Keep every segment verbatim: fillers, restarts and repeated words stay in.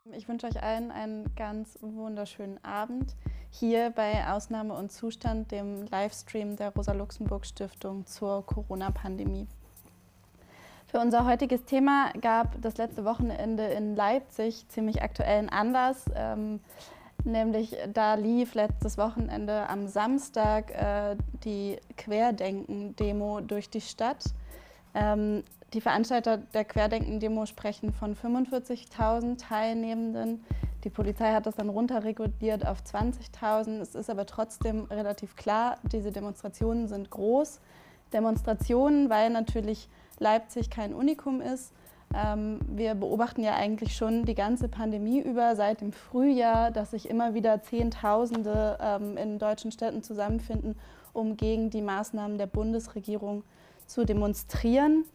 Ich wünsche euch allen einen ganz wunderschönen Abend hier bei Ausnahme und Zustand, dem Livestream der Rosa-Luxemburg-Stiftung zur Corona-Pandemie. Für unser heutiges Thema gab das letzte Wochenende in Leipzig ziemlich aktuellen Anlass. Ähm, nämlich da lief letztes Wochenende am Samstag äh, die Querdenken-Demo durch die Stadt. Ähm, die Veranstalter der Querdenken-Demo sprechen von fünfundvierzigtausend Teilnehmenden. Die Polizei hat das dann runterreguliert auf zwanzigtausend. Es ist aber trotzdem relativ klar, diese Demonstrationen sind groß. Demonstrationen, weil natürlich Leipzig kein Unikum ist. Ähm, wir beobachten ja eigentlich schon die ganze Pandemie über, seit dem Frühjahr, dass sich immer wieder Zehntausende ähm, in deutschen Städten zusammenfinden, um gegen die Maßnahmen der Bundesregierung zu demonstrieren.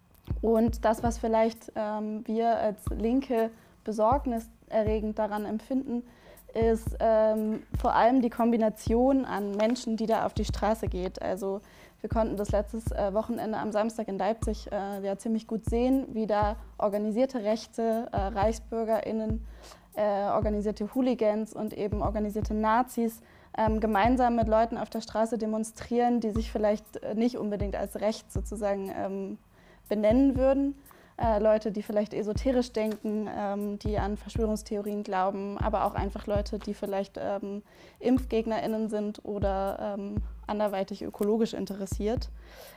Und das, was vielleicht ähm, wir als Linke besorgniserregend daran empfinden, ist ähm, vor allem die Kombination an Menschen, die da auf die Straße geht. Also wir konnten das letztes äh, Wochenende am Samstag in Leipzig äh, ja ziemlich gut sehen, wie da organisierte Rechte, äh, ReichsbürgerInnen, äh, organisierte Hooligans und eben organisierte Nazis ähm, gemeinsam mit Leuten auf der Straße demonstrieren, die sich vielleicht äh, nicht unbedingt als rechts sozusagen ähm, benennen würden. Äh, Leute, die vielleicht esoterisch denken, ähm, die an Verschwörungstheorien glauben, aber auch einfach Leute, die vielleicht ähm, ImpfgegnerInnen sind oder ähm, anderweitig ökologisch interessiert.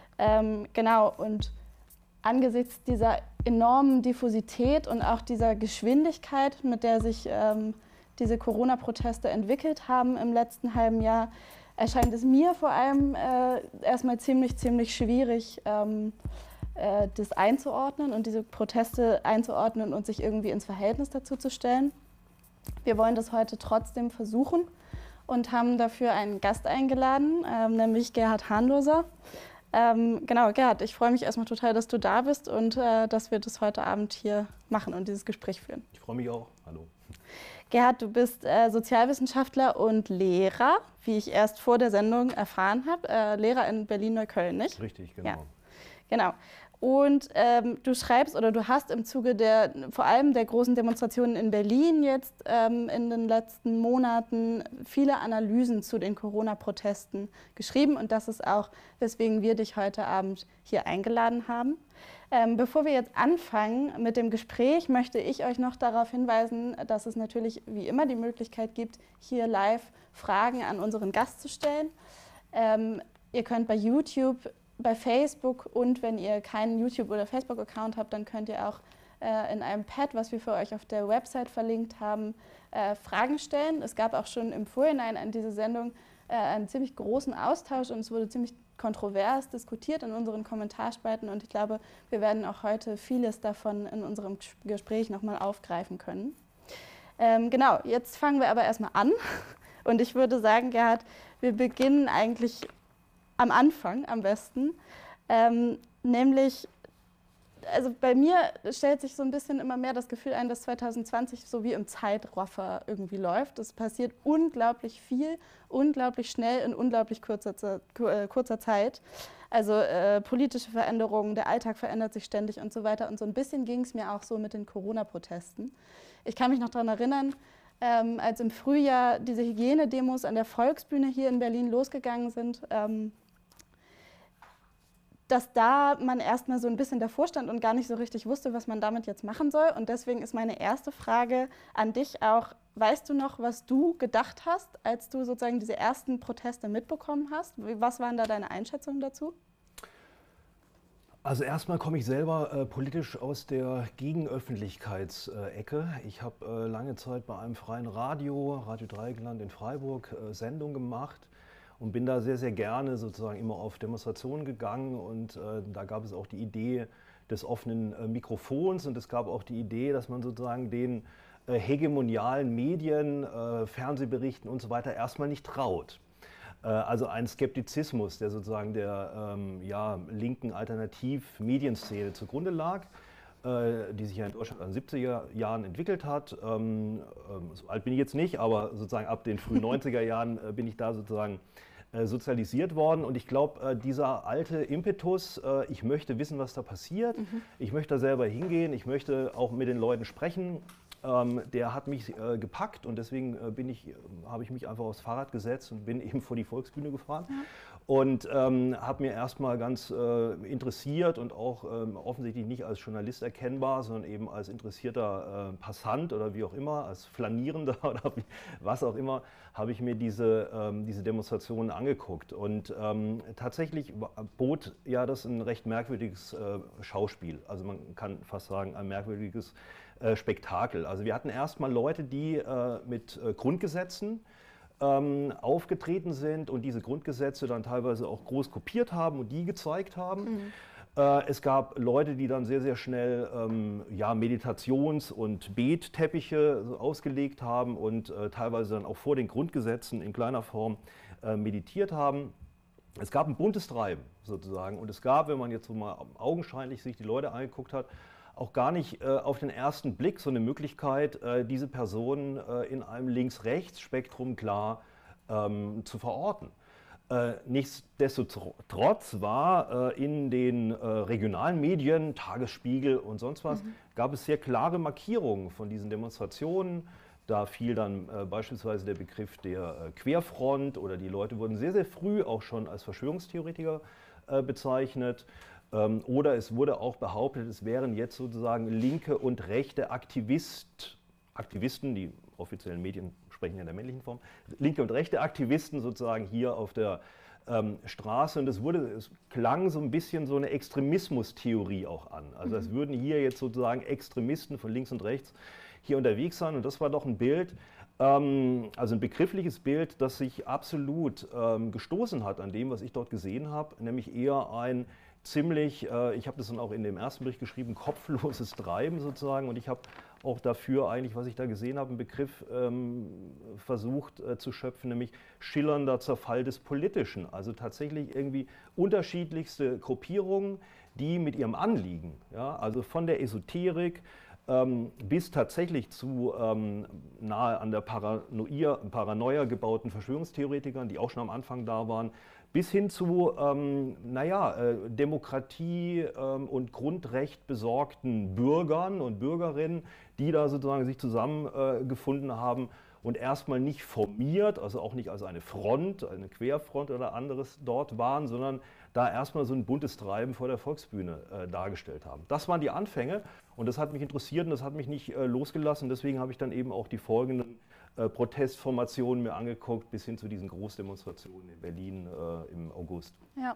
Ähm, genau, und angesichts dieser enormen Diffusität und auch dieser Geschwindigkeit, mit der sich ähm, diese Corona-Proteste entwickelt haben im letzten halben Jahr, erscheint es mir vor allem äh, erstmal ziemlich, ziemlich schwierig, ähm, das einzuordnen und diese Proteste einzuordnen und sich irgendwie ins Verhältnis dazu zu stellen. Wir wollen das heute trotzdem versuchen und haben dafür einen Gast eingeladen, ähm, nämlich Gerhard Hahnloser. Ähm, genau, Gerhard, ich freue mich erstmal total, dass du da bist und äh, dass wir das heute Abend hier machen und dieses Gespräch führen. Ich freue mich auch. Hallo. Gerhard, du bist äh, Sozialwissenschaftler und Lehrer, wie ich erst vor der Sendung erfahren habe. Äh, Lehrer in Berlin-Neukölln, nicht? Richtig, genau. Ja. Genau. Und ähm, du schreibst oder du hast im Zuge der, vor allem der großen Demonstrationen in Berlin jetzt ähm, in den letzten Monaten viele Analysen zu den Corona-Protesten geschrieben. Und das ist auch, weswegen wir dich heute Abend hier eingeladen haben. Ähm, bevor wir jetzt anfangen mit dem Gespräch, möchte ich euch noch darauf hinweisen, dass es natürlich wie immer die Möglichkeit gibt, hier live Fragen an unseren Gast zu stellen. Ähm, ihr könnt bei YouTube, bei Facebook und wenn ihr keinen YouTube- oder Facebook-Account habt, dann könnt ihr auch äh, in einem Pad, was wir für euch auf der Website verlinkt haben, äh, Fragen stellen. Es gab auch schon im Vorhinein an diese Sendung äh, einen ziemlich großen Austausch und es wurde ziemlich kontrovers diskutiert in unseren Kommentarspalten und ich glaube, wir werden auch heute vieles davon in unserem Gespräch nochmal aufgreifen können. Ähm, genau, jetzt fangen wir aber erstmal an und ich würde sagen, Gerhard, wir beginnen eigentlich am Anfang am besten, ähm, nämlich, also bei mir stellt sich so ein bisschen immer mehr das Gefühl ein, dass zwanzig zwanzig so wie im Zeitraffer irgendwie läuft. Es passiert unglaublich viel, unglaublich schnell in unglaublich kurzer, äh, kurzer Zeit. Also äh, politische Veränderungen, der Alltag verändert sich ständig und so weiter. Und so ein bisschen ging es mir auch so mit den Corona-Protesten. Ich kann mich noch daran erinnern, ähm, als im Frühjahr diese Hygienedemos an der Volksbühne hier in Berlin losgegangen sind, ähm, dass da man erstmal so ein bisschen davor stand und gar nicht so richtig wusste, was man damit jetzt machen soll. Und deswegen ist meine erste Frage an dich auch, weißt du noch, was du gedacht hast, als du sozusagen diese ersten Proteste mitbekommen hast? Was waren da deine Einschätzungen dazu? Also erstmal komme ich selber äh, politisch aus der Gegenöffentlichkeitsecke. Ich habe äh, lange Zeit bei einem freien Radio, Radio Dreieckland in Freiburg, äh, Sendung gemacht. Und bin da sehr, sehr gerne sozusagen immer auf Demonstrationen gegangen und äh, da gab es auch die Idee des offenen äh, Mikrofons und es gab auch die Idee, dass man sozusagen den äh, hegemonialen Medien, äh, Fernsehberichten und so weiter erstmal nicht traut. Äh, also ein Skeptizismus, der sozusagen der ähm, ja, linken Alternativ-Medienszene zugrunde lag, äh, die sich ja in Deutschland in den siebziger Jahren entwickelt hat. Ähm, ähm, so alt bin ich jetzt nicht, aber sozusagen ab den frühen neunziger Jahren äh, bin ich da sozusagen sozialisiert worden und ich glaube, dieser alte Impetus, ich möchte wissen, was da passiert, mhm. ich möchte da selber hingehen, ich möchte auch mit den Leuten sprechen, ähm, der hat mich äh, gepackt und deswegen äh, bin ich, äh, habe ich mich einfach aufs Fahrrad gesetzt und bin eben vor die Volksbühne gefahren. Ja. Und ähm, habe mir erstmal ganz äh, interessiert und auch ähm, offensichtlich nicht als Journalist erkennbar, sondern eben als interessierter äh, Passant oder wie auch immer, als Flanierender oder wie, was auch immer, habe ich mir diese, ähm, diese Demonstrationen angeguckt. Und ähm, tatsächlich bot ja das ein recht merkwürdiges äh, Schauspiel. Also man kann fast sagen, ein merkwürdiges äh, Spektakel. Also wir hatten erstmal Leute, die äh, mit äh, Grundgesetzen Ähm, aufgetreten sind und diese Grundgesetze dann teilweise auch groß kopiert haben und die gezeigt haben. Mhm. Äh, es gab Leute, die dann sehr, sehr schnell ähm, ja, Meditations- und Betteppiche so ausgelegt haben und äh, teilweise dann auch vor den Grundgesetzen in kleiner Form äh, meditiert haben. Es gab ein buntes Treiben sozusagen und es gab, wenn man jetzt so mal augenscheinlich sich die Leute angeguckt hat, auch gar nicht äh, auf den ersten Blick so eine Möglichkeit, äh, diese Personen äh, in einem Links-Rechts-Spektrum klar ähm, zu verorten. Äh, nichtsdestotrotz war äh, in den äh, regionalen Medien, Tagesspiegel und sonst was, mhm. gab es sehr klare Markierungen von diesen Demonstrationen. Da fiel dann äh, beispielsweise der Begriff der äh, Querfront oder die Leute wurden sehr, sehr früh auch schon als Verschwörungstheoretiker äh, bezeichnet. Ähm, oder es wurde auch behauptet, es wären jetzt sozusagen linke und rechte Aktivist, Aktivisten, die offiziellen Medien sprechen ja in der männlichen Form, linke und rechte Aktivisten sozusagen hier auf der ähm, Straße. Und es, wurde, es klang so ein bisschen so eine Extremismustheorie auch an. Also es würden hier jetzt sozusagen Extremisten von links und rechts hier unterwegs sein. Und das war doch ein Bild, ähm, also ein begriffliches Bild, das sich absolut ähm, gestoßen hat an dem, was ich dort gesehen habe, nämlich eher ein ziemlich, äh, ich habe das dann auch in dem ersten Bericht geschrieben, kopfloses Treiben sozusagen und ich habe auch dafür eigentlich, was ich da gesehen habe, einen Begriff ähm, versucht äh, zu schöpfen, nämlich schillernder Zerfall des Politischen. Also tatsächlich irgendwie unterschiedlichste Gruppierungen, die mit ihrem Anliegen, ja, also von der Esoterik ähm, bis tatsächlich zu ähm, nahe an der Paranoia, Paranoia gebauten Verschwörungstheoretikern, die auch schon am Anfang da waren, bis hin zu ähm, naja, äh, Demokratie ähm, und Grundrecht besorgten Bürgern und Bürgerinnen, die da sozusagen sich zusammengefunden äh, haben und erstmal nicht formiert, also auch nicht als eine Front, eine Querfront oder anderes dort waren, sondern da erstmal so ein buntes Treiben vor der Volksbühne äh, dargestellt haben. Das waren die Anfänge und das hat mich interessiert und das hat mich nicht äh, losgelassen. Deswegen habe ich dann eben auch die folgenden äh, Protestformationen mir angeguckt, bis hin zu diesen Großdemonstrationen in Berlin äh, im August. Ja.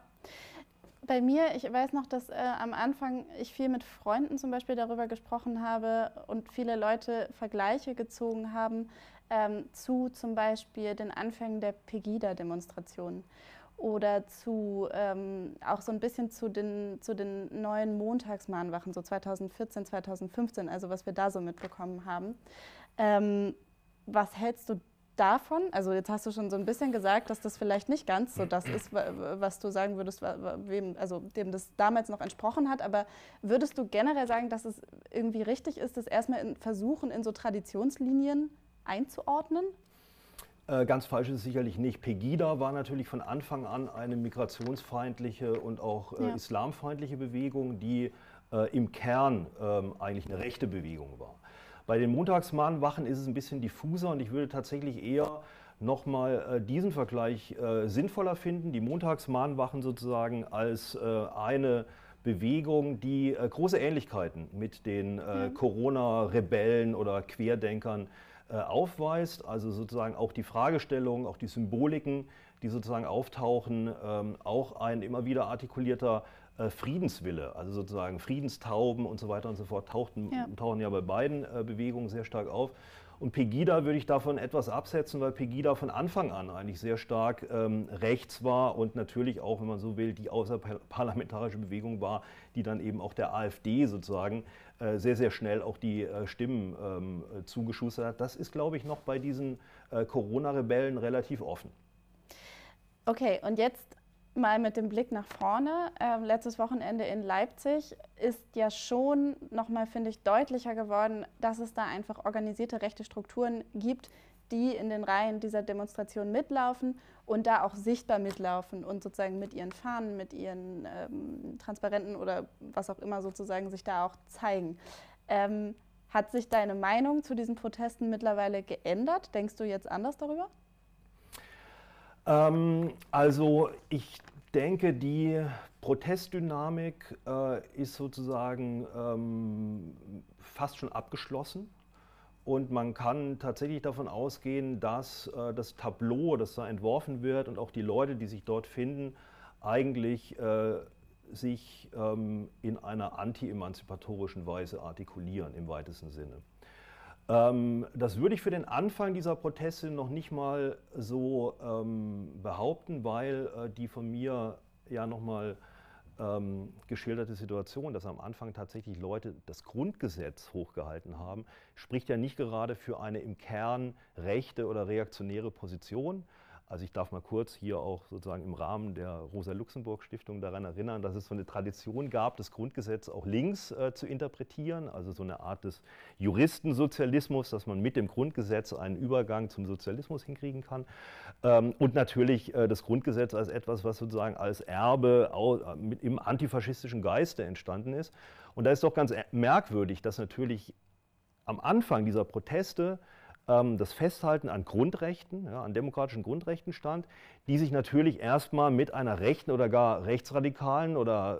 Bei mir, ich weiß noch, dass äh, am Anfang ich viel mit Freunden zum Beispiel darüber gesprochen habe und viele Leute Vergleiche gezogen haben ähm, zu zum Beispiel den Anfängen der Pegida-Demonstrationen oder zu ähm, auch so ein bisschen zu den, zu den neuen Montagsmahnwachen, so zweitausendvierzehn, zweitausendfünfzehn, also was wir da so mitbekommen haben. Ähm, was hältst du davon? Also jetzt hast du schon so ein bisschen gesagt, dass das vielleicht nicht ganz so das ist, was du sagen würdest, wem, also dem das damals noch entsprochen hat, aber würdest du generell sagen, dass es irgendwie richtig ist, das erstmal in versuchen, in so Traditionslinien einzuordnen? Äh, ganz falsch ist es sicherlich nicht. Pegida war natürlich von Anfang an eine migrationsfeindliche und auch äh, ja. islamfeindliche Bewegung, die äh, im Kern äh, eigentlich eine rechte Bewegung war. Bei den Montagsmahnwachen ist es ein bisschen diffuser und ich würde tatsächlich eher nochmal äh, diesen Vergleich äh, sinnvoller finden, die Montagsmahnwachen sozusagen als äh, eine Bewegung, die äh, große Ähnlichkeiten mit den äh, ja. Corona-Rebellen oder Querdenkern äh, aufweist. Also sozusagen auch die Fragestellungen, auch die Symboliken, die sozusagen auftauchen, ähm, auch ein immer wieder artikulierter äh, Friedenswille, also sozusagen Friedenstauben und so weiter und so fort, tauchten, ja. tauchen ja bei beiden äh, Bewegungen sehr stark auf. Und Pegida würde ich davon etwas absetzen, weil Pegida von Anfang an eigentlich sehr stark ähm, rechts war und natürlich auch, wenn man so will, die außerparlamentarische Bewegung war, die dann eben auch der AfD sozusagen äh, sehr, sehr schnell auch die äh, Stimmen ähm, zugeschustert hat. Das ist, glaube ich, noch bei diesen äh, Corona-Rebellen relativ offen. Okay, und jetzt mal mit dem Blick nach vorne. Ähm, letztes Wochenende in Leipzig ist ja schon nochmal, finde ich, deutlicher geworden, dass es da einfach organisierte rechte Strukturen gibt, die in den Reihen dieser Demonstration mitlaufen und da auch sichtbar mitlaufen und sozusagen mit ihren Fahnen, mit ihren ähm, Transparenten oder was auch immer sozusagen sich da auch zeigen. Ähm, Hat sich deine Meinung zu diesen Protesten mittlerweile geändert? Denkst du jetzt anders darüber? Ähm, also ich denke, die Protestdynamik äh, ist sozusagen ähm, fast schon abgeschlossen. Und man kann tatsächlich davon ausgehen, dass äh, das Tableau, das da entworfen wird und auch die Leute, die sich dort finden, eigentlich äh, sich ähm, in einer anti-emanzipatorischen Weise artikulieren im weitesten Sinne. Ähm, das würde ich für den Anfang dieser Proteste noch nicht mal so ähm, behaupten, weil äh, die von mir ja nochmal ähm, geschilderte Situation, dass am Anfang tatsächlich Leute das Grundgesetz hochgehalten haben, spricht ja nicht gerade für eine im Kern rechte oder reaktionäre Position. Also ich darf mal kurz hier auch sozusagen im Rahmen der Rosa-Luxemburg-Stiftung daran erinnern, dass es so eine Tradition gab, das Grundgesetz auch links äh, zu interpretieren, also so eine Art des Juristensozialismus, dass man mit dem Grundgesetz einen Übergang zum Sozialismus hinkriegen kann. Ähm, und natürlich äh, das Grundgesetz als etwas, was sozusagen als Erbe au, mit, im antifaschistischen Geiste entstanden ist. Und da ist doch ganz merkwürdig, dass natürlich am Anfang dieser Proteste das Festhalten an Grundrechten, ja, an demokratischen Grundrechten stand, die sich natürlich erstmal mit einer rechten oder gar rechtsradikalen oder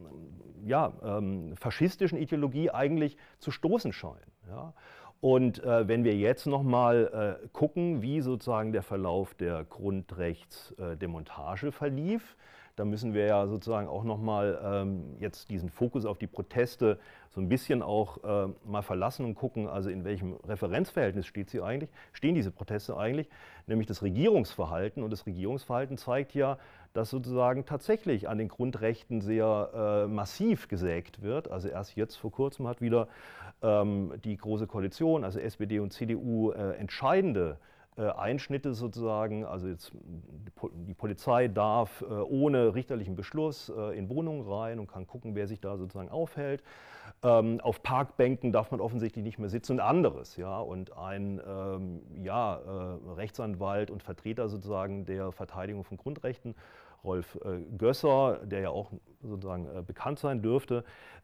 ja, ähm, faschistischen Ideologie eigentlich zu stoßen scheinen. Ja. Und äh, wenn wir jetzt nochmal äh, gucken, wie sozusagen der Verlauf der Grundrechtsdemontage verlief, da müssen wir ja sozusagen auch nochmal ähm, jetzt diesen Fokus auf die Proteste so ein bisschen auch äh, mal verlassen und gucken, also in welchem Referenzverhältnis steht sie eigentlich, stehen diese Proteste eigentlich, nämlich das Regierungsverhalten. Und das Regierungsverhalten zeigt ja, dass sozusagen tatsächlich an den Grundrechten sehr äh, massiv gesägt wird. Also erst jetzt vor kurzem hat wieder ähm, die Große Koalition, also S P D und C D U, äh, entscheidende Einschnitte sozusagen, also jetzt die Polizei darf ohne richterlichen Beschluss in Wohnungen rein und kann gucken, wer sich da sozusagen aufhält. Auf Parkbänken darf man offensichtlich nicht mehr sitzen und anderes. Ja? Und ein ja, Rechtsanwalt und Vertreter sozusagen der Verteidigung von Grundrechten, Rolf Gösser, der ja auch sozusagen bekannt sein dürfte,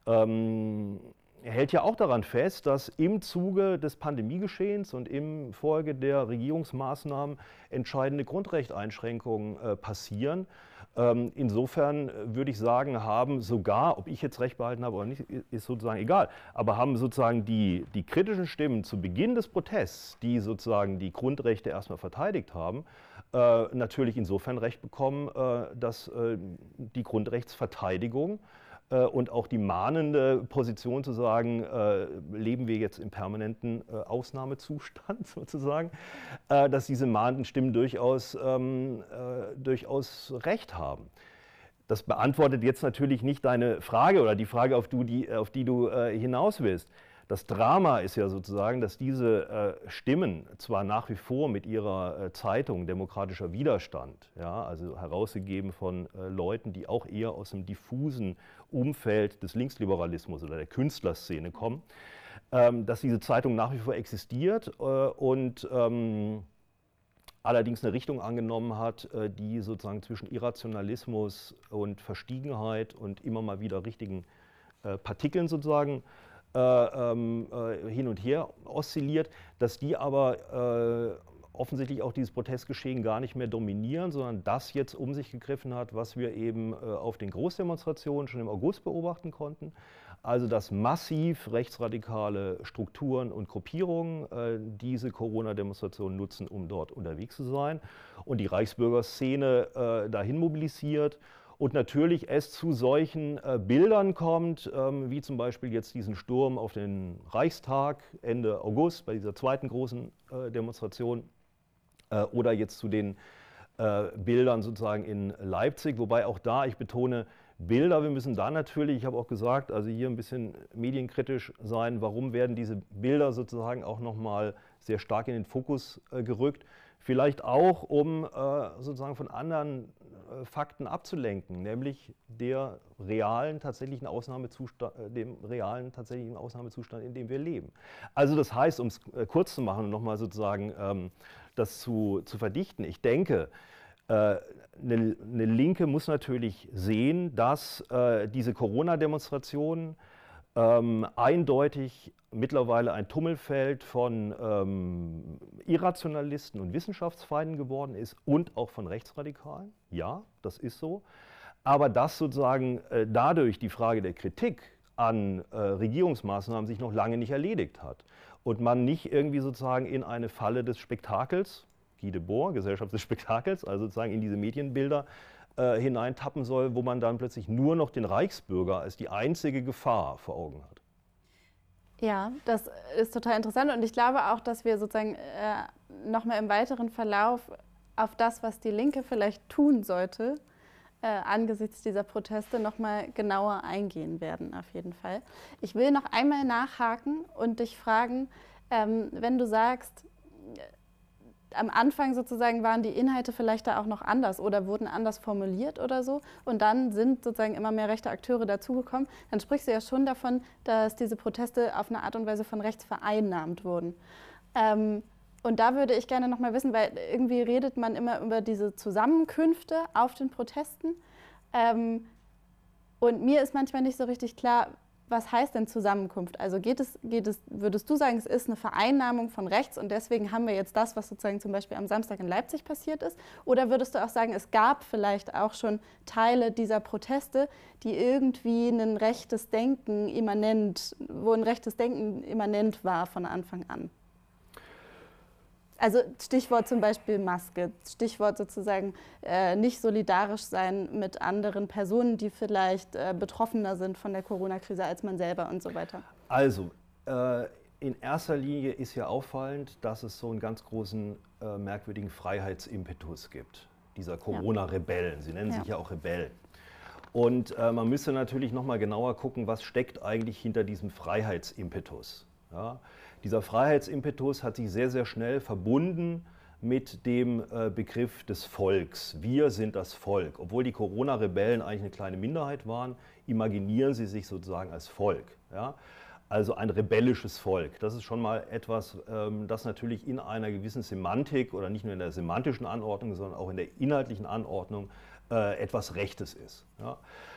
Er hält ja auch daran fest, dass im Zuge des Pandemiegeschehens und im Folge der Regierungsmaßnahmen entscheidende Grundrechteinschränkungen äh, passieren. Ähm, insofern würde ich sagen, haben sogar, ob ich jetzt recht behalten habe oder nicht, ist sozusagen egal, aber haben sozusagen die, die kritischen Stimmen zu Beginn des Protests, die sozusagen die Grundrechte erstmal verteidigt haben, äh, natürlich insofern recht bekommen, äh, dass äh, die Grundrechtsverteidigung und auch die mahnende Position zu sagen, äh, leben wir jetzt im permanenten äh, Ausnahmezustand sozusagen, äh, dass diese mahnenden Stimmen durchaus, ähm, äh, durchaus recht haben. Das beantwortet jetzt natürlich nicht deine Frage oder die Frage, auf, du, die, auf die du äh, hinaus willst. Das Drama ist ja sozusagen, dass diese äh, Stimmen zwar nach wie vor mit ihrer äh, Zeitung Demokratischer Widerstand, ja, also herausgegeben von äh, Leuten, die auch eher aus dem diffusen Umfeld des Linksliberalismus oder der Künstlerszene kommen, ähm, dass diese Zeitung nach wie vor existiert äh, und ähm, allerdings eine Richtung angenommen hat, äh, die sozusagen zwischen Irrationalismus und Verstiegenheit und immer mal wieder richtigen äh, Partikeln sozusagen Äh, äh, hin und her oszilliert, dass die aber äh, offensichtlich auch dieses Protestgeschehen gar nicht mehr dominieren, sondern das jetzt um sich gegriffen hat, was wir eben äh, auf den Großdemonstrationen schon im August beobachten konnten. Also dass massiv rechtsradikale Strukturen und Gruppierungen äh, diese Corona-Demonstrationen nutzen, um dort unterwegs zu sein und die Reichsbürgerszene äh, dahin mobilisiert. Und natürlich es zu solchen äh, Bildern kommt, ähm, wie zum Beispiel jetzt diesen Sturm auf den Reichstag Ende August bei dieser zweiten großen äh, Demonstration äh, oder jetzt zu den äh, Bildern sozusagen in Leipzig, wobei auch da, ich betone, Bilder, wir müssen da natürlich, ich habe auch gesagt, also hier ein bisschen medienkritisch sein, warum werden diese Bilder sozusagen auch nochmal sehr stark in den Fokus äh, gerückt, vielleicht auch, um äh, sozusagen von anderen Fakten abzulenken, nämlich der realen tatsächlichen Ausnahmezustand, dem realen tatsächlichen Ausnahmezustand, in dem wir leben. Also das heißt, um es kurz zu machen und nochmal sozusagen ähm, das zu, zu verdichten, ich denke, äh, eine, eine Linke muss natürlich sehen, dass äh, diese Corona-Demonstrationen ähm, eindeutig mittlerweile ein Tummelfeld von ähm, Irrationalisten und Wissenschaftsfeinden geworden ist und auch von Rechtsradikalen. Ja, das ist so. Aber dass sozusagen äh, dadurch die Frage der Kritik an äh, Regierungsmaßnahmen sich noch lange nicht erledigt hat und man nicht irgendwie sozusagen in eine Falle des Spektakels, Guy Debord, Gesellschaft des Spektakels, also sozusagen in diese Medienbilder äh, hineintappen soll, wo man dann plötzlich nur noch den Reichsbürger als die einzige Gefahr vor Augen hat. Ja, das ist total interessant und ich glaube auch, dass wir sozusagen äh, nochmal im weiteren Verlauf auf das, was die Linke vielleicht tun sollte, äh, angesichts dieser Proteste nochmal genauer eingehen werden, auf jeden Fall. Ich will noch einmal nachhaken und dich fragen, ähm, wenn du sagst, am Anfang sozusagen waren die Inhalte vielleicht da auch noch anders oder wurden anders formuliert oder so und dann sind sozusagen immer mehr rechte Akteure dazugekommen, dann sprichst du ja schon davon, dass diese Proteste auf eine Art und Weise von rechts vereinnahmt wurden. Ähm, und da würde ich gerne noch mal wissen, weil irgendwie redet man immer über diese Zusammenkünfte auf den Protesten ähm, und mir ist manchmal nicht so richtig klar, was heißt denn Zusammenkunft? Also geht es, geht es, würdest du sagen, es ist eine Vereinnahmung von rechts und deswegen haben wir jetzt das, was sozusagen zum Beispiel am Samstag in Leipzig passiert ist? Oder würdest du auch sagen, es gab vielleicht auch schon Teile dieser Proteste, die irgendwie ein rechtes Denken immanent, wo ein rechtes Denken immanent war von Anfang an? Also Stichwort zum Beispiel Maske, Stichwort sozusagen äh, nicht solidarisch sein mit anderen Personen, die vielleicht äh, betroffener sind von der Corona-Krise als man selber und so weiter. Also äh, in erster Linie ist ja auffallend, dass es so einen ganz großen äh, merkwürdigen Freiheitsimpetus gibt, dieser Corona-Rebellen. Sie nennen ja. sich ja auch Rebellen. Und äh, man müsste natürlich noch mal genauer gucken, was steckt eigentlich hinter diesem Freiheitsimpetus. Ja? Dieser Freiheitsimpetus hat sich sehr, sehr schnell verbunden mit dem äh, Begriff des Volks. Wir sind das Volk. Obwohl die Corona-Rebellen eigentlich eine kleine Minderheit waren, imaginieren sie sich sozusagen als Volk. Ja? Also ein rebellisches Volk. Das ist schon mal etwas, ähm, das natürlich in einer gewissen Semantik oder nicht nur in der semantischen Anordnung, sondern auch in der inhaltlichen Anordnung äh, etwas Rechtes ist. Ja?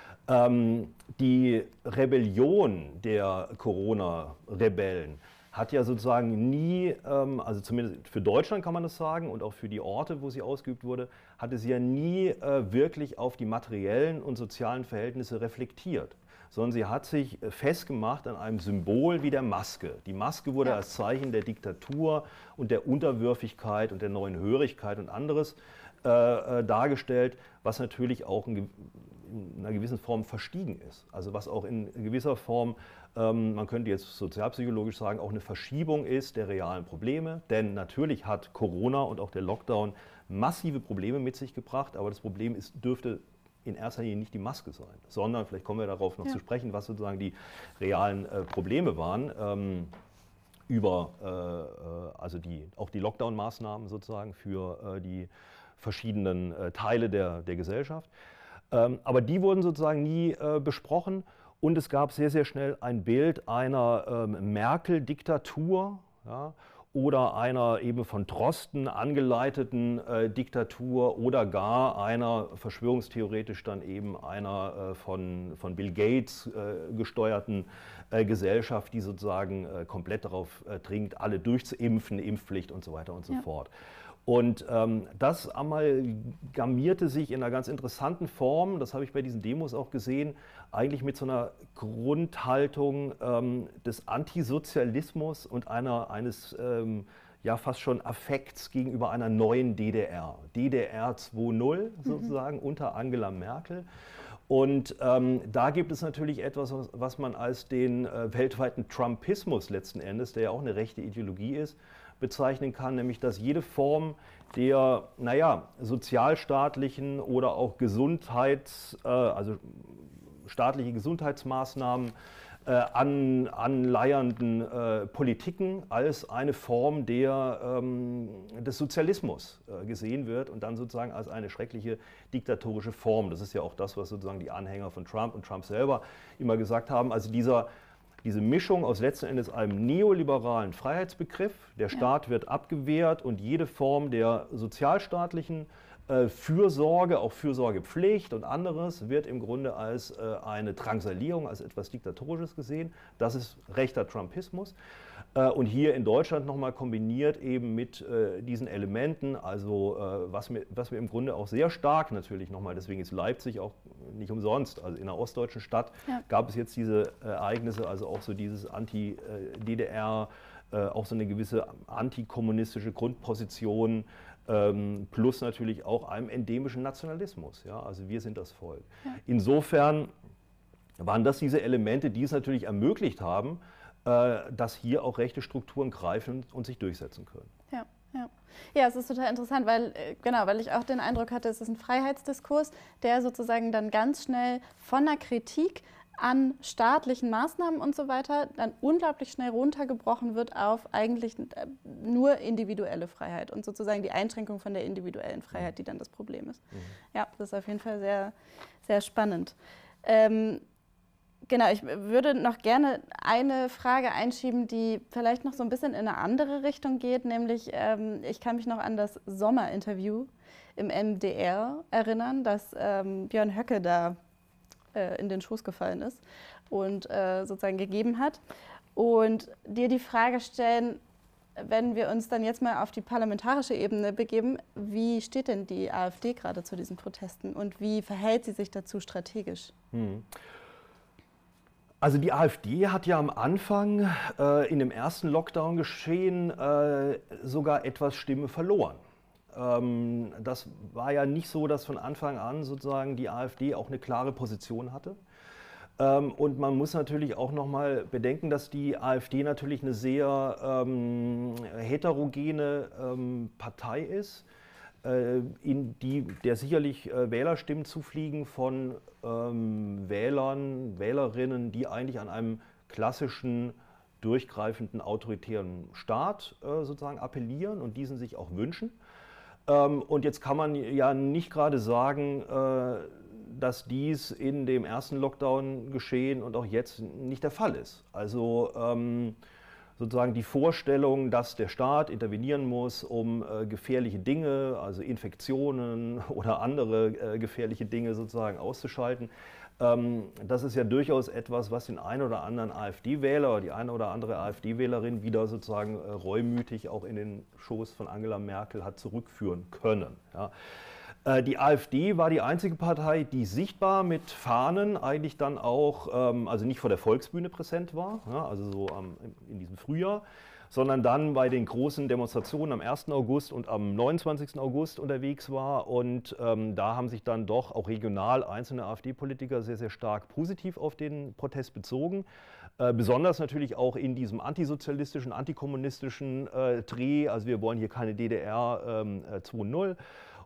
Ähm, die Rebellion der Corona-Rebellen hat ja sozusagen nie, ähm, also zumindest für Deutschland kann man das sagen und auch für die Orte, wo sie ausgeübt wurde, hatte sie ja nie äh, wirklich auf die materiellen und sozialen Verhältnisse reflektiert, sondern sie hat sich festgemacht an einem Symbol wie der Maske. Die Maske wurde ja. als Zeichen der Diktatur und der Unterwürfigkeit und der neuen Hörigkeit und anderes äh, äh, dargestellt, was natürlich auch in, in einer gewissen Form verstiegen ist. Also was auch in gewisser Form, ähm, man könnte jetzt sozialpsychologisch sagen, auch eine Verschiebung ist der realen Probleme. Denn natürlich hat Corona und auch der Lockdown massive Probleme mit sich gebracht, aber das Problem ist, dürfte in erster Linie nicht die Maske sein, sondern, vielleicht kommen wir darauf noch ja. zu sprechen, was sozusagen die realen äh, Probleme waren, ähm, über äh, also die, auch die Lockdown-Maßnahmen sozusagen für äh, die verschiedenen äh, Teile der, der Gesellschaft. Ähm, aber die wurden sozusagen nie äh, besprochen und es gab sehr, sehr schnell ein Bild einer ähm, Merkel-Diktatur, ja, oder einer eben von Drosten angeleiteten äh, Diktatur oder gar einer verschwörungstheoretisch dann eben einer äh, von, von Bill Gates äh, gesteuerten äh, Gesellschaft, die sozusagen äh, komplett darauf äh, dringt, alle durchzuimpfen, Impfpflicht und so weiter und so ja. fort. Und ähm, das amalgamierte sich in einer ganz interessanten Form, das habe ich bei diesen Demos auch gesehen, eigentlich mit so einer Grundhaltung ähm, des Antisozialismus und einer, eines ähm, ja fast schon Affekts gegenüber einer neuen D D R. D D R zwei Punkt null sozusagen mhm. unter Angela Merkel. Und ähm, da gibt es natürlich etwas, was man als den äh, weltweiten Trumpismus letzten Endes, der ja auch eine rechte Ideologie ist, bezeichnen kann, nämlich dass jede Form der, naja, sozialstaatlichen oder auch Gesundheits, äh, also staatliche Gesundheitsmaßnahmen äh, an, anleiernden äh, Politiken als eine Form der, ähm, des Sozialismus äh, gesehen wird und dann sozusagen als eine schreckliche diktatorische Form. Das ist ja auch das, was sozusagen die Anhänger von Trump und Trump selber immer gesagt haben. Also dieser Diese Mischung aus letzten Endes einem neoliberalen Freiheitsbegriff, der Staat ja. wird abgewehrt und jede Form der sozialstaatlichen Äh, Fürsorge, auch Fürsorgepflicht und anderes wird im Grunde als äh, eine Drangsalierung, als etwas Diktatorisches gesehen. Das ist rechter Trumpismus. Äh, und hier in Deutschland nochmal kombiniert eben mit äh, diesen Elementen, also äh, was, wir, was wir im Grunde auch sehr stark natürlich nochmal, deswegen ist Leipzig auch nicht umsonst, also in einer ostdeutschen Stadt ja. gab es jetzt diese Ereignisse, also auch so dieses Anti-D D R, äh, auch so eine gewisse antikommunistische Grundposition, Ähm, plus natürlich auch einem endemischen Nationalismus. Ja? Also wir sind das Volk. Ja. Insofern waren das diese Elemente, die es natürlich ermöglicht haben, äh, dass hier auch rechte Strukturen greifen und sich durchsetzen können. Ja, ja. Ja, es ist total interessant, weil, genau, weil ich auch den Eindruck hatte, es ist ein Freiheitsdiskurs, der sozusagen dann ganz schnell von der Kritik an staatlichen Maßnahmen und so weiter dann unglaublich schnell runtergebrochen wird auf eigentlich nur individuelle Freiheit und sozusagen die Einschränkung von der individuellen Freiheit, die dann das Problem ist. Mhm. Ja, das ist auf jeden Fall sehr, sehr spannend. Ähm, genau, ich würde noch gerne eine Frage einschieben, die vielleicht noch so ein bisschen in eine andere Richtung geht, nämlich ähm, ich kann mich noch an das Sommerinterview im M D R erinnern, das ähm, Björn Höcke da in den Schoß gefallen ist und äh, sozusagen gegeben hat. Und dir die Frage stellen, wenn wir uns dann jetzt mal auf die parlamentarische Ebene begeben, wie steht denn die AfD gerade zu diesen Protesten und wie verhält sie sich dazu strategisch? Hm. Also die AfD hat ja am Anfang äh, in dem ersten Lockdown-Geschehen äh, sogar etwas Stimme verloren. Das war ja nicht so, dass von Anfang an sozusagen die AfD auch eine klare Position hatte. Und man muss natürlich auch noch mal bedenken, dass die AfD natürlich eine sehr ähm, heterogene ähm, Partei ist, äh, in die der sicherlich äh, Wählerstimmen zufliegen von ähm, Wählern, Wählerinnen, die eigentlich an einem klassischen, durchgreifenden autoritären Staat äh, sozusagen appellieren und diesen sich auch wünschen. Und jetzt kann man ja nicht gerade sagen, dass dies in dem ersten Lockdown geschehen und auch jetzt nicht der Fall ist. Also sozusagen die Vorstellung, dass der Staat intervenieren muss, um gefährliche Dinge, also Infektionen oder andere gefährliche Dinge sozusagen auszuschalten, das ist ja durchaus etwas, was den einen oder anderen AfD-Wähler oder die eine oder andere AfD-Wählerin wieder sozusagen reumütig auch in den Schoß von Angela Merkel hat zurückführen können. Ja. Die AfD war die einzige Partei, die sichtbar mit Fahnen eigentlich dann auch, also nicht vor der Volksbühne präsent war, also so in diesem Frühjahr, sondern dann bei den großen Demonstrationen am ersten August und am neunundzwanzigsten August unterwegs war. Und ähm, da haben sich dann doch auch regional einzelne AfD-Politiker sehr, sehr stark positiv auf den Protest bezogen. Äh, besonders natürlich auch in diesem antisozialistischen, antikommunistischen äh, Dreh. Also wir wollen hier keine D D R ähm, zwei Punkt null.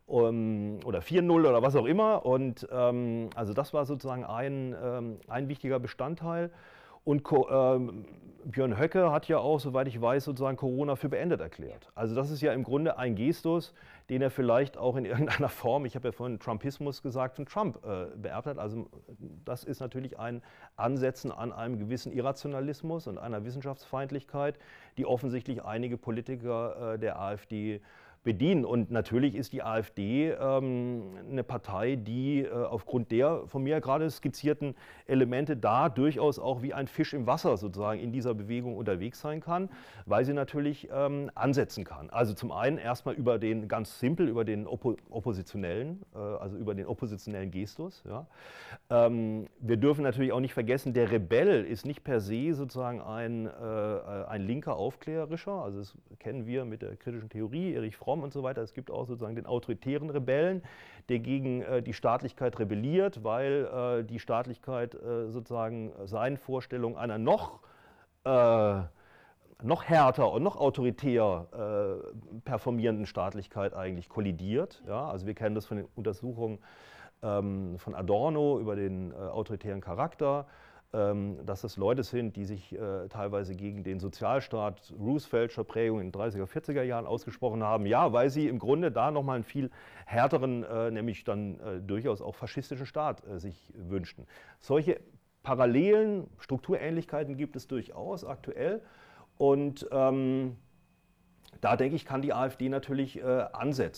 Um, oder vier Punkt null oder was auch immer. Und ähm, also das war sozusagen ein, ähm, ein wichtiger Bestandteil. Und ähm, Björn Höcke hat ja auch, soweit ich weiß, sozusagen Corona für beendet erklärt. Also das ist ja im Grunde ein Gestus, den er vielleicht auch in irgendeiner Form, ich habe ja vorhin Trumpismus gesagt, von Trump äh, beerbt hat. Also das ist natürlich ein Ansetzen an einem gewissen Irrationalismus und einer Wissenschaftsfeindlichkeit, die offensichtlich einige Politiker äh, der AfD bedienen. Und natürlich ist die AfD ähm, eine Partei, die äh, aufgrund der von mir gerade skizzierten Elemente da durchaus auch wie ein Fisch im Wasser sozusagen in dieser Bewegung unterwegs sein kann, weil sie natürlich ähm, ansetzen kann. Also zum einen erstmal über den, ganz simpel, über den Oppo Oppositionellen, äh, also über den oppositionellen Gestus. Ja. Ähm, wir dürfen natürlich auch nicht vergessen, der Rebell ist nicht per se sozusagen ein, äh, ein linker Aufklärerischer, also das kennen wir mit der kritischen Theorie, Erich Fromm und so weiter. Es gibt auch sozusagen den autoritären Rebellen, der gegen äh, die Staatlichkeit rebelliert, weil äh, die Staatlichkeit äh, sozusagen seinen Vorstellungen einer noch, äh, noch härter und noch autoritär äh, performierenden Staatlichkeit eigentlich kollidiert. Ja? Also wir kennen das von den Untersuchungen ähm, von Adorno über den äh, autoritären Charakter, dass das Leute sind, die sich äh, teilweise gegen den Sozialstaat Rooseveltscher Prägung in den dreißiger, vierziger Jahren ausgesprochen haben. Ja, weil sie im Grunde da nochmal einen viel härteren, äh, nämlich dann äh, durchaus auch faschistischen Staat äh, sich wünschten. Solche Parallelen, Strukturähnlichkeiten gibt es durchaus aktuell. Und ähm, da denke ich, kann die AfD natürlich äh, ansetzen.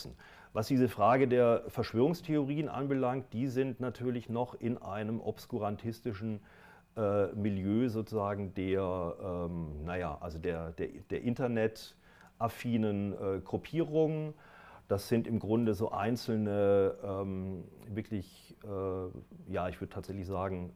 Was diese Frage der Verschwörungstheorien anbelangt, die sind natürlich noch in einem obskurantistischen äh, Milieu sozusagen der, ähm, naja, also der, der, der internetaffinen äh, Gruppierungen. Das sind im Grunde so einzelne, ähm, wirklich, äh, ja, ich würde tatsächlich sagen,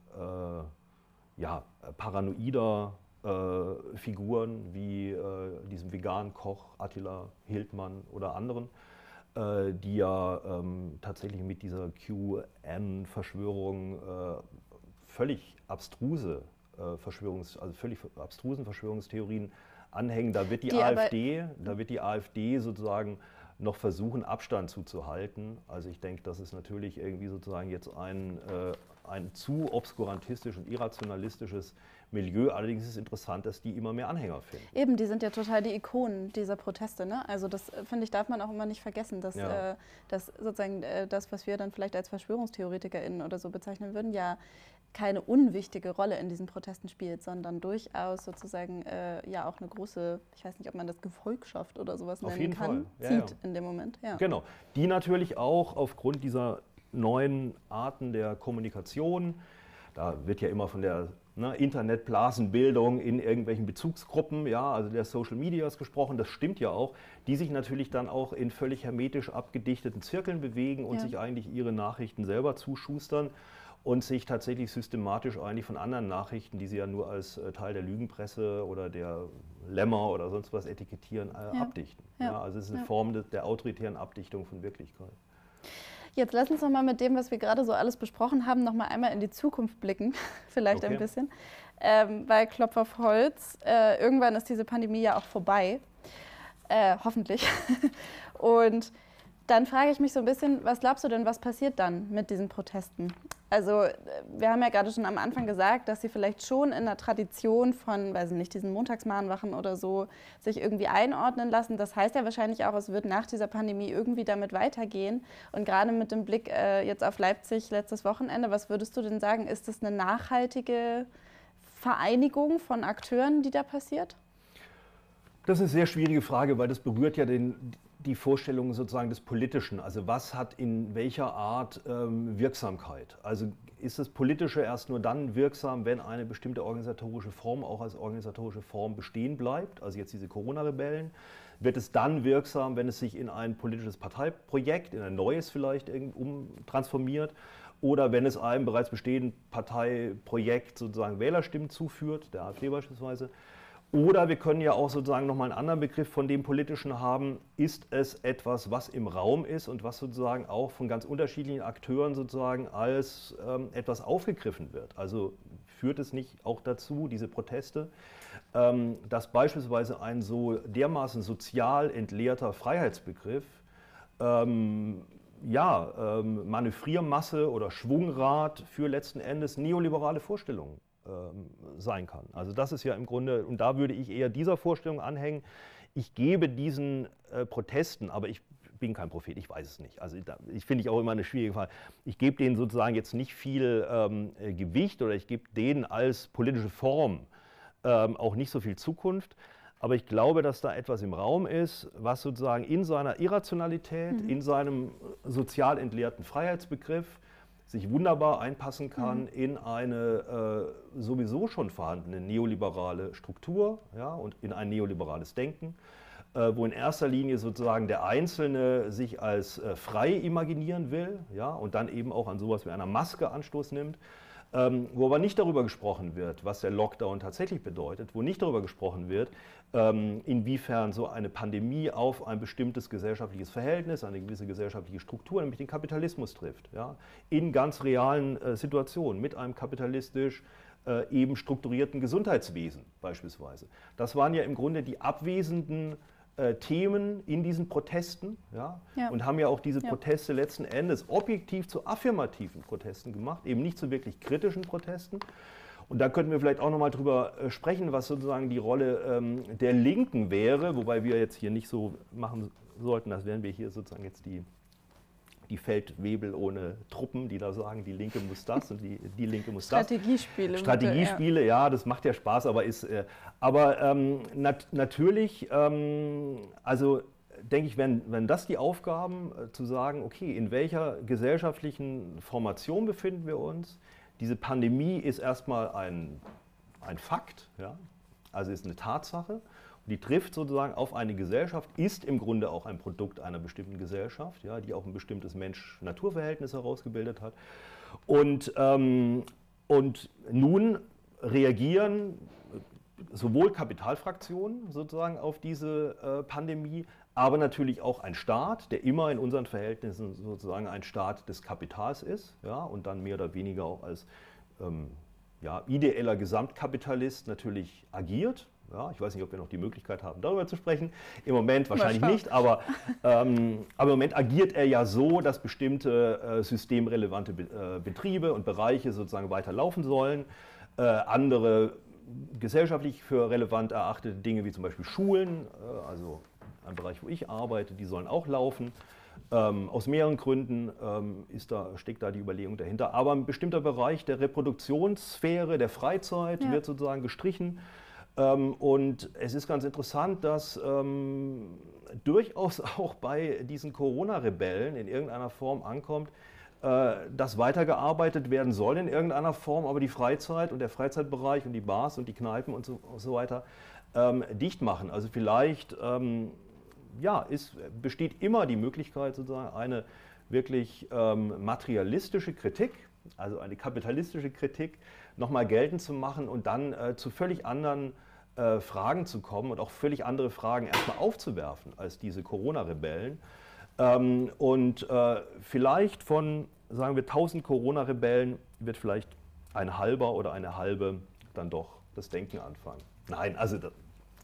äh, ja, paranoider äh, Figuren wie äh, diesem veganen Koch Attila Hildmann oder anderen, äh, die ja ähm, tatsächlich mit dieser Q N-Verschwörung äh, völlig abstruse äh, Verschwörungs-, also völlig abstrusen Verschwörungstheorien anhängen. Da wird die, die AfD, da wird die AfD sozusagen noch versuchen, Abstand zuzuhalten. Also ich denke, das ist natürlich irgendwie sozusagen jetzt ein, äh, ein zu obskurantistisch und irrationalistisches Milieu. Allerdings ist es interessant, dass die immer mehr Anhänger finden. Eben, die sind ja total die Ikonen dieser Proteste. Ne? Also das, finde ich, darf man auch immer nicht vergessen, dass, ja. äh, dass sozusagen äh, das, was wir dann vielleicht als VerschwörungstheoretikerInnen oder so bezeichnen würden, ja keine unwichtige Rolle in diesen Protesten spielt, sondern durchaus sozusagen äh, ja auch eine große, ich weiß nicht, ob man das Gefolgschaft oder sowas Auf nennen jeden kann, Fall. Ja, zieht ja. in dem Moment. Ja. Genau, die natürlich auch aufgrund dieser neuen Arten der Kommunikation, da wird ja immer von der ne, Internetblasenbildung in irgendwelchen Bezugsgruppen, ja, also der Social Medias gesprochen, das stimmt ja auch, die sich natürlich dann auch in völlig hermetisch abgedichteten Zirkeln bewegen und ja. sich eigentlich ihre Nachrichten selber zuschustern und sich tatsächlich systematisch eigentlich von anderen Nachrichten, die sie ja nur als äh, Teil der Lügenpresse oder der Lämmer oder sonst was etikettieren, äh, ja. abdichten. Ja. Ja, also es ist eine ja. Form de, der autoritären Abdichtung von Wirklichkeit. Jetzt lass uns noch mal mit dem, was wir gerade so alles besprochen haben, noch mal einmal in die Zukunft blicken, vielleicht okay. ein bisschen. Ähm, weil Klopf auf Holz, äh, irgendwann ist diese Pandemie ja auch vorbei, äh, hoffentlich. Und dann frage ich mich so ein bisschen, was glaubst du denn, was passiert dann mit diesen Protesten? Also wir haben ja gerade schon am Anfang gesagt, dass sie vielleicht schon in der Tradition von, weiß ich nicht, diesen Montagsmahnwachen oder so sich irgendwie einordnen lassen. Das heißt ja wahrscheinlich auch, es wird nach dieser Pandemie irgendwie damit weitergehen. Und gerade mit dem Blick äh, jetzt auf Leipzig letztes Wochenende, was würdest du denn sagen, ist das eine nachhaltige Vereinigung von Akteuren, die da passiert? Das ist eine sehr schwierige Frage, weil das berührt ja den, die Vorstellung sozusagen des Politischen. Also was hat in welcher Art ähm, Wirksamkeit? Also ist das Politische erst nur dann wirksam, wenn eine bestimmte organisatorische Form auch als organisatorische Form bestehen bleibt? Also jetzt diese Corona-Rebellen. Wird es dann wirksam, wenn es sich in ein politisches Parteiprojekt, in ein neues vielleicht umtransformiert? Oder wenn es einem bereits bestehenden Parteiprojekt sozusagen Wählerstimmen zuführt, der AfD beispielsweise? Oder wir können ja auch sozusagen nochmal einen anderen Begriff von dem Politischen haben. Ist es etwas, was im Raum ist und was sozusagen auch von ganz unterschiedlichen Akteuren sozusagen als ähm, etwas aufgegriffen wird? Also führt es nicht auch dazu, diese Proteste, ähm, dass beispielsweise ein so dermaßen sozial entleerter Freiheitsbegriff ähm, ja, ähm, Manövriermasse oder Schwungrad für letzten Endes neoliberale Vorstellungen sein kann. Also das ist ja im Grunde, und da würde ich eher dieser Vorstellung anhängen, ich gebe diesen äh, Protesten, aber ich bin kein Prophet, ich weiß es nicht. Also da, ich finde ich auch immer eine schwierige Frage. Ich gebe denen sozusagen jetzt nicht viel ähm, Gewicht oder ich gebe denen als politische Form ähm, auch nicht so viel Zukunft. Aber ich glaube, dass da etwas im Raum ist, was sozusagen in seiner Irrationalität, mhm. in seinem sozial entleerten Freiheitsbegriff sich wunderbar einpassen kann mhm. in eine äh, sowieso schon vorhandene neoliberale Struktur, ja, und in ein neoliberales Denken, äh, wo in erster Linie sozusagen der Einzelne sich als äh, frei imaginieren will, ja, und dann eben auch an sowas wie einer Maske Anstoß nimmt, ähm, wo aber nicht darüber gesprochen wird, was der Lockdown tatsächlich bedeutet, wo nicht darüber gesprochen wird, ähm, inwiefern so eine Pandemie auf ein bestimmtes gesellschaftliches Verhältnis, eine gewisse gesellschaftliche Struktur, nämlich den Kapitalismus trifft, ja, in ganz realen äh, Situationen mit einem kapitalistisch äh, eben strukturierten Gesundheitswesen beispielsweise. Das waren ja im Grunde die abwesenden äh, Themen in diesen Protesten, ja, ja. und haben ja auch diese ja. Proteste letzten Endes objektiv zu affirmativen Protesten gemacht, eben nicht zu wirklich kritischen Protesten. Und da könnten wir vielleicht auch nochmal drüber sprechen, was sozusagen die Rolle ähm, der Linken wäre, wobei wir jetzt hier nicht so machen sollten, als wären wir hier sozusagen jetzt die, die Feldwebel ohne Truppen, die da sagen, die Linke muss das und die, die Linke muss das. Strategiespiele. Strategiespiele, ja. ja, das macht ja Spaß, aber ist, äh, aber ähm, nat natürlich, ähm, also denke ich, wenn, wenn das die Aufgaben, äh, zu sagen, okay, in welcher gesellschaftlichen Formation befinden wir uns? Diese Pandemie ist erstmal ein, ein Fakt, ja? Also ist eine Tatsache. Und die trifft sozusagen auf eine Gesellschaft, ist im Grunde auch ein Produkt einer bestimmten Gesellschaft, ja, die auch ein bestimmtes Mensch-Natur-Verhältnis herausgebildet hat. Und, ähm, und nun reagieren sowohl Kapitalfraktionen sozusagen auf diese äh, Pandemie, aber natürlich auch ein Staat, der immer in unseren Verhältnissen sozusagen ein Staat des Kapitals ist, ja, und dann mehr oder weniger auch als ähm, ja, ideeller Gesamtkapitalist natürlich agiert. Ja, ich weiß nicht, ob wir noch die Möglichkeit haben, darüber zu sprechen. Im Moment wahrscheinlich nicht, aber, ähm, aber im Moment agiert er ja so, dass bestimmte äh, systemrelevante Be äh, Betriebe und Bereiche sozusagen weiterlaufen sollen. Äh, andere gesellschaftlich für relevant erachtete Dinge wie zum Beispiel Schulen, äh, also ein Bereich, wo ich arbeite, die sollen auch laufen. Ähm, aus mehreren Gründen ähm, ist da, steckt da die Überlegung dahinter. Aber ein bestimmter Bereich der Reproduktionssphäre, der Freizeit, ja, wird sozusagen gestrichen. Ähm, und es ist ganz interessant, dass ähm, durchaus auch bei diesen Corona-Rebellen in irgendeiner Form ankommt, äh, dass weitergearbeitet werden soll in irgendeiner Form, aber die Freizeit und der Freizeitbereich und die Bars und die Kneipen und so, und so weiter ähm, dicht machen. Also vielleicht ähm, ja, ist, besteht immer die Möglichkeit, sozusagen eine wirklich ähm, materialistische Kritik, also eine kapitalistische Kritik, nochmal geltend zu machen und dann äh, zu völlig anderen äh, Fragen zu kommen und auch völlig andere Fragen erstmal aufzuwerfen als diese Corona-Rebellen. Ähm, und äh, vielleicht von, sagen wir, tausend Corona-Rebellen wird vielleicht ein halber oder eine halbe dann doch das Denken anfangen. Nein, also das,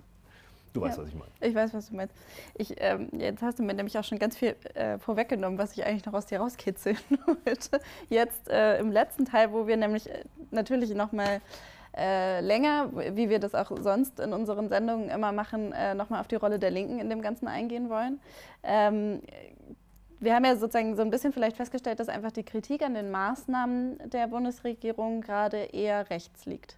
du weißt, ja, was ich meine. Ich weiß, was du meinst. Ich, ähm, jetzt hast du mir nämlich auch schon ganz viel äh, vorweggenommen, was ich eigentlich noch aus dir rauskitzeln wollte. Jetzt äh, im letzten Teil, wo wir nämlich äh, natürlich noch mal äh, länger, wie wir das auch sonst in unseren Sendungen immer machen, äh, noch mal auf die Rolle der Linken in dem Ganzen eingehen wollen. Ähm, wir haben ja sozusagen so ein bisschen vielleicht festgestellt, dass einfach die Kritik an den Maßnahmen der Bundesregierung gerade eher rechts liegt.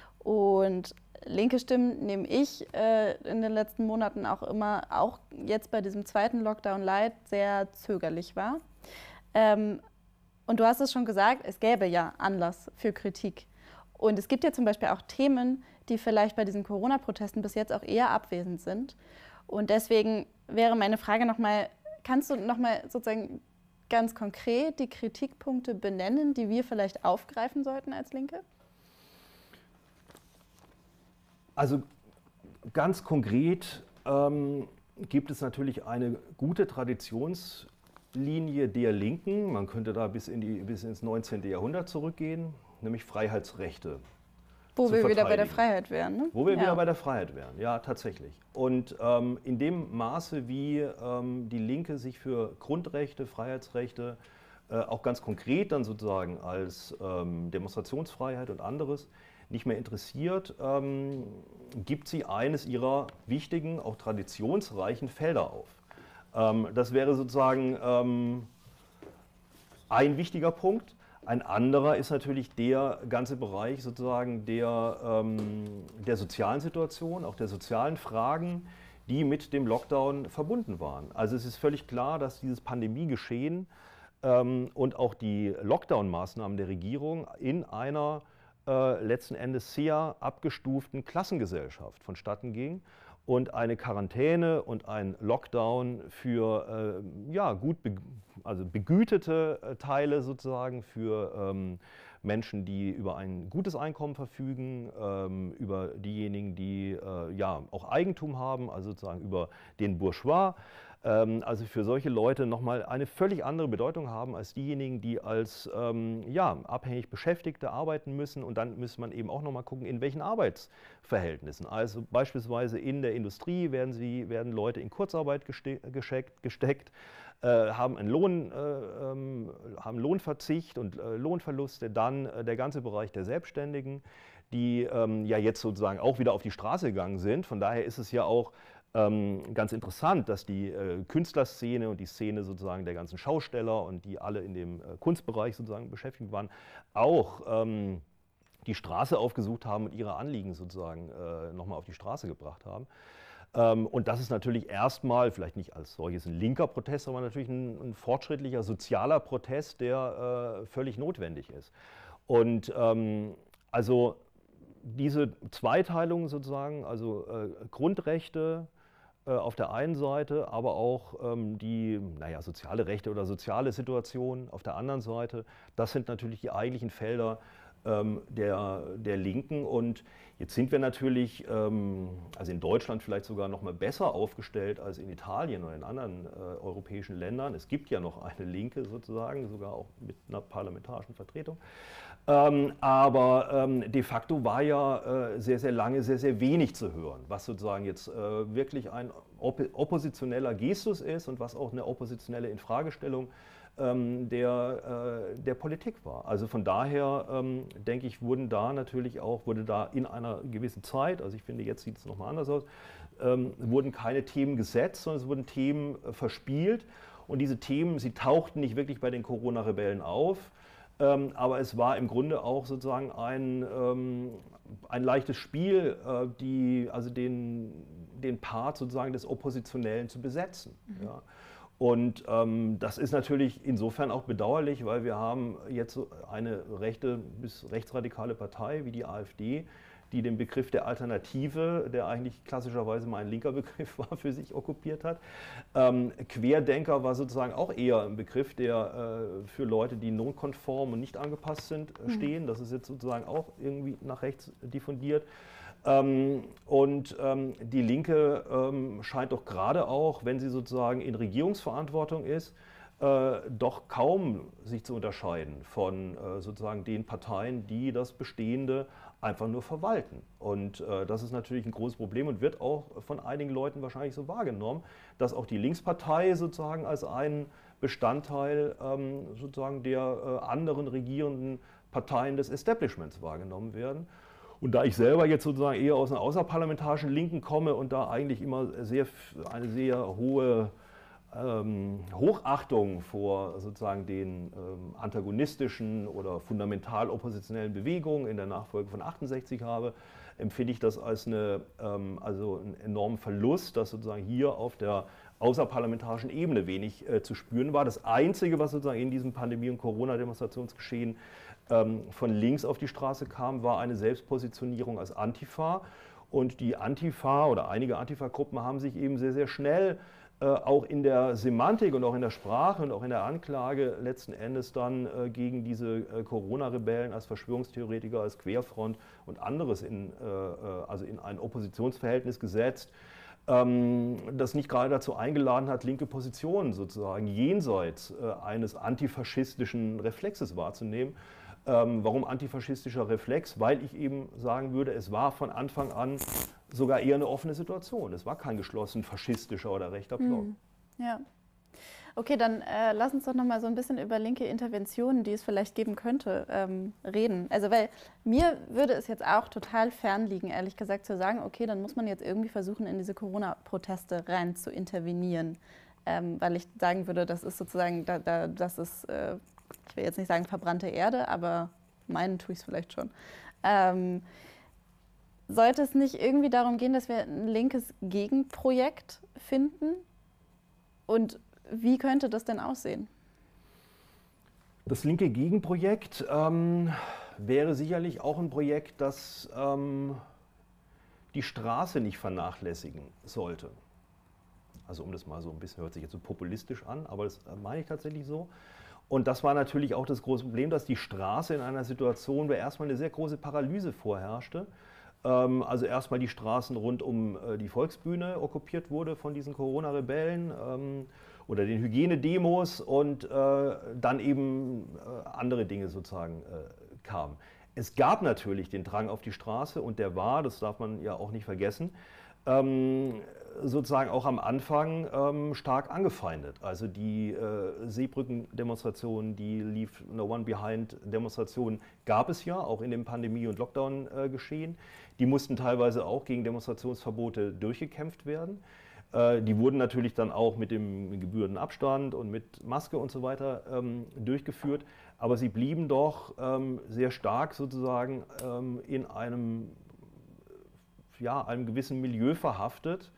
Und linke Stimmen nehme ich äh, in den letzten Monaten auch immer, auch jetzt bei diesem zweiten Lockdown Light, sehr zögerlich war. Ähm, und du hast es schon gesagt, es gäbe ja Anlass für Kritik. Und es gibt ja zum Beispiel auch Themen, die vielleicht bei diesen Corona-Protesten bis jetzt auch eher abwesend sind. Und deswegen wäre meine Frage nochmal, kannst du nochmal sozusagen ganz konkret die Kritikpunkte benennen, die wir vielleicht aufgreifen sollten als Linke? Also ganz konkret ähm, gibt es natürlich eine gute Traditionslinie der Linken. Man könnte da bis, in die, bis ins neunzehnte Jahrhundert zurückgehen, nämlich Freiheitsrechte. Wo wir wieder bei der Freiheit wären, ne? Wo wir ja. wieder bei der Freiheit wären, ja, tatsächlich. Und ähm, in dem Maße, wie ähm, die Linke sich für Grundrechte, Freiheitsrechte, äh, auch ganz konkret dann sozusagen als ähm, Demonstrationsfreiheit und anderes nicht mehr interessiert, ähm, gibt sie eines ihrer wichtigen, auch traditionsreichen Felder auf. Ähm, das wäre sozusagen ähm, ein wichtiger Punkt. Ein anderer ist natürlich der ganze Bereich sozusagen der, ähm, der sozialen Situation, auch der sozialen Fragen, die mit dem Lockdown verbunden waren. Also es ist völlig klar, dass dieses Pandemiegeschehen ähm, und auch die Lockdown-Maßnahmen der Regierung in einer äh, letzten Endes sehr abgestuften Klassengesellschaft vonstatten ging und eine Quarantäne und ein Lockdown für äh, ja, gut be also begütete äh, Teile sozusagen für ähm, Menschen, die über ein gutes Einkommen verfügen, ähm, über diejenigen, die äh, ja, auch Eigentum haben, also sozusagen über den Bourgeois. Ähm, also für solche Leute nochmal eine völlig andere Bedeutung haben als diejenigen, die als ähm, ja, abhängig Beschäftigte arbeiten müssen. Und dann muss man eben auch nochmal gucken, in welchen Arbeitsverhältnissen. Also beispielsweise in der Industrie werden, sie, werden Leute in Kurzarbeit geste gesteckt, gesteckt äh, haben einen Lohn, äh, ähm, haben Lohnverzicht und äh, Lohnverluste. Dann äh, der ganze Bereich der Selbstständigen, die ähm, ja jetzt sozusagen auch wieder auf die Straße gegangen sind. Von daher ist es ja auch Ähm, ganz interessant, dass die äh, Künstlerszene und die Szene sozusagen der ganzen Schausteller und die alle in dem äh, Kunstbereich sozusagen beschäftigt waren, auch ähm, die Straße aufgesucht haben und ihre Anliegen sozusagen äh, nochmal auf die Straße gebracht haben. Und das ist natürlich erstmal, vielleicht nicht als solches ein linker Protest, aber natürlich ein, ein fortschrittlicher sozialer Protest, der äh, völlig notwendig ist. Und ähm, also diese Zweiteilung sozusagen, also äh, Grundrechte äh, auf der einen Seite, aber auch ähm, die naja, soziale Rechte oder soziale Situation auf der anderen Seite, das sind natürlich die eigentlichen Felder ähm, der, der Linken. Und jetzt sind wir natürlich, ähm, also in Deutschland vielleicht sogar noch mal besser aufgestellt als in Italien oder in anderen äh, europäischen Ländern. Es gibt ja noch eine Linke sozusagen, sogar auch mit einer parlamentarischen Vertretung. Ähm, aber ähm, de facto war ja äh, sehr, sehr lange sehr, sehr wenig zu hören, was sozusagen jetzt äh, wirklich ein op oppositioneller Gestus ist und was auch eine oppositionelle Infragestellung ähm, der, äh, der Politik war. Also von daher ähm, denke ich, wurden da natürlich auch, wurde da in einer gewissen Zeit, also ich finde, jetzt sieht es nochmal anders aus, ähm, wurden keine Themen gesetzt, sondern es wurden Themen äh, verspielt. Und diese Themen, sie tauchten nicht wirklich bei den Corona-Rebellen auf. Ähm, aber es war im Grunde auch sozusagen ein, ähm, ein leichtes Spiel, äh, die, also den, den Part sozusagen des Oppositionellen zu besetzen. Mhm. Ja. Und ähm, das ist natürlich insofern auch bedauerlich, weil wir haben jetzt eine rechte bis rechtsradikale Partei wie die AfD, die den Begriff der Alternative, der eigentlich klassischerweise mal ein linker Begriff war, für sich okkupiert hat. Ähm, Querdenker war sozusagen auch eher ein Begriff, der äh, für Leute, die nonkonform und nicht angepasst sind, äh, stehen. Das ist jetzt sozusagen auch irgendwie nach rechts diffundiert. Ähm, und ähm, die Linke ähm, scheint doch gerade auch, wenn sie sozusagen in Regierungsverantwortung ist, Äh, doch kaum sich zu unterscheiden von äh, sozusagen den Parteien, die das Bestehende einfach nur verwalten. Und äh, das ist natürlich ein großes Problem und wird auch von einigen Leuten wahrscheinlich so wahrgenommen, dass auch die Linkspartei sozusagen als ein Bestandteil ähm, sozusagen der äh, anderen regierenden Parteien des Establishments wahrgenommen werden. Und da ich selber jetzt sozusagen eher aus einer außerparlamentarischen Linken komme und da eigentlich immer sehr, eine sehr hohe Ähm, Hochachtung vor sozusagen den ähm, antagonistischen oder fundamental oppositionellen Bewegungen in der Nachfolge von achtundsechzig habe, empfinde ich das als eine, ähm, also einen enormen Verlust, dass sozusagen hier auf der außerparlamentarischen Ebene wenig äh, zu spüren war. Das Einzige, was sozusagen in diesem Pandemie- und Corona-Demonstrationsgeschehen ähm, von links auf die Straße kam, war eine Selbstpositionierung als Antifa. Und die Antifa oder einige Antifa-Gruppen haben sich eben sehr, sehr schnell Äh, auch in der Semantik und auch in der Sprache und auch in der Anklage letzten Endes dann äh, gegen diese äh, Corona-Rebellen als Verschwörungstheoretiker, als Querfront und anderes in, äh, also in ein Oppositionsverhältnis gesetzt, ähm, das nicht gerade dazu eingeladen hat, linke Positionen sozusagen jenseits äh, eines antifaschistischen Reflexes wahrzunehmen. Ähm, warum antifaschistischer Reflex? Weil ich eben sagen würde, es war von Anfang an sogar eher eine offene Situation. Es war kein geschlossen faschistischer oder rechter Block. Hm. Ja. Okay, dann äh, lass uns doch noch mal so ein bisschen über linke Interventionen, die es vielleicht geben könnte, ähm, reden. Also weil mir würde es jetzt auch total fern liegen, ehrlich gesagt, zu sagen, okay, dann muss man jetzt irgendwie versuchen, in diese Corona-Proteste rein zu intervenieren. Ähm, weil ich sagen würde, das ist sozusagen, da, da, das ist, äh, ich will jetzt nicht sagen verbrannte Erde, aber meinen tue ich es vielleicht schon. Ähm, Sollte es nicht irgendwie darum gehen, dass wir ein linkes Gegenprojekt finden? Und wie könnte das denn aussehen? Das linke Gegenprojekt ähm, wäre sicherlich auch ein Projekt, das ähm, die Straße nicht vernachlässigen sollte. Also um das mal so ein bisschen, hört sich jetzt so populistisch an, aber das meine ich tatsächlich so. Und das war natürlich auch das große Problem, dass die Straße in einer Situation, wo erstmal eine sehr große Paralyse vorherrschte, also erstmal die Straßen rund um die Volksbühne okkupiert wurde von diesen Corona-Rebellen ähm, oder den Hygienedemos und äh, dann eben äh, andere Dinge sozusagen äh, kamen. Es gab natürlich den Drang auf die Straße und der war, das darf man ja auch nicht vergessen, ähm, sozusagen auch am Anfang ähm, stark angefeindet. Also die äh, Seebrücken-Demonstrationen, die Leave No One Behind-Demonstrationen gab es ja auch in dem Pandemie- und Lockdown-Geschehen. Äh, die mussten teilweise auch gegen Demonstrationsverbote durchgekämpft werden. Äh, die wurden natürlich dann auch mit dem gebührenden Abstand und mit Maske und so weiter ähm, durchgeführt. Aber sie blieben doch ähm, sehr stark sozusagen ähm, in einem, ja, einem gewissen Milieu verhaftet.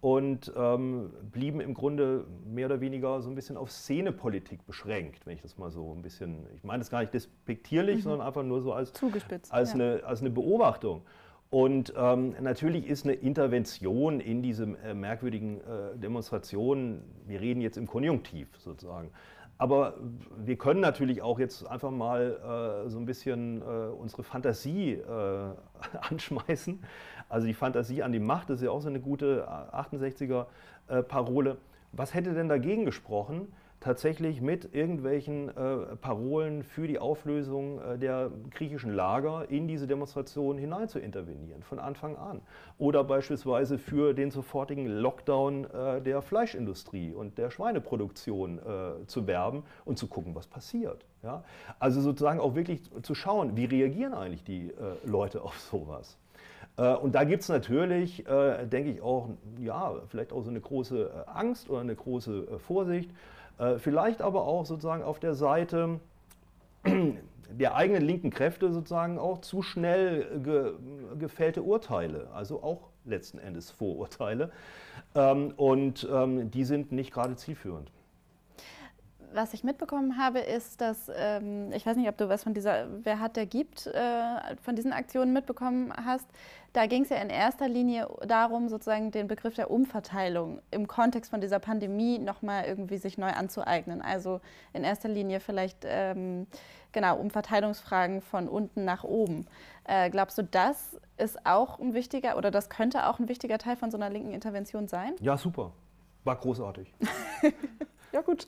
und ähm, blieben im Grunde mehr oder weniger so ein bisschen auf Szenepolitik beschränkt, wenn ich das mal so ein bisschen, ich meine das gar nicht despektierlich, mhm. sondern einfach nur so als, Zugespitzt, als, ja. eine, als eine Beobachtung. Und ähm, natürlich ist eine Intervention in diese äh, merkwürdigen äh, Demonstrationen, wir reden jetzt im Konjunktiv sozusagen, aber wir können natürlich auch jetzt einfach mal äh, so ein bisschen äh, unsere Fantasie äh, anschmeißen. Also die Fantasie an die Macht, das ist ja auch so eine gute achtundsechziger-Parole. Äh, Was hätte denn dagegen gesprochen, tatsächlich mit irgendwelchen äh, Parolen für die Auflösung äh, der griechischen Lager in diese Demonstration hinein zu intervenieren, von Anfang an? Oder beispielsweise für den sofortigen Lockdown äh, der Fleischindustrie und der Schweineproduktion äh, zu werben und zu gucken, was passiert. Ja? Also sozusagen auch wirklich zu schauen, wie reagieren eigentlich die äh, Leute auf sowas. Äh, und da gibt es natürlich, äh, denke ich, auch, ja, vielleicht auch so eine große äh, Angst oder eine große äh, Vorsicht. Vielleicht aber auch sozusagen auf der Seite der eigenen linken Kräfte sozusagen auch zu schnell ge, gefällte Urteile, also auch letzten Endes Vorurteile. Und die sind nicht gerade zielführend. Was ich mitbekommen habe, ist, dass, ähm, ich weiß nicht, ob du was von dieser Wer hat, der gibt, äh, von diesen Aktionen mitbekommen hast. Da ging es ja in erster Linie darum, sozusagen den Begriff der Umverteilung im Kontext von dieser Pandemie nochmal irgendwie sich neu anzueignen. Also in erster Linie vielleicht, ähm, genau, Umverteilungsfragen von unten nach oben. Äh, glaubst du, das ist auch ein wichtiger, oder das könnte auch ein wichtiger Teil von so einer linken Intervention sein? Ja, super. War großartig. Ja, gut.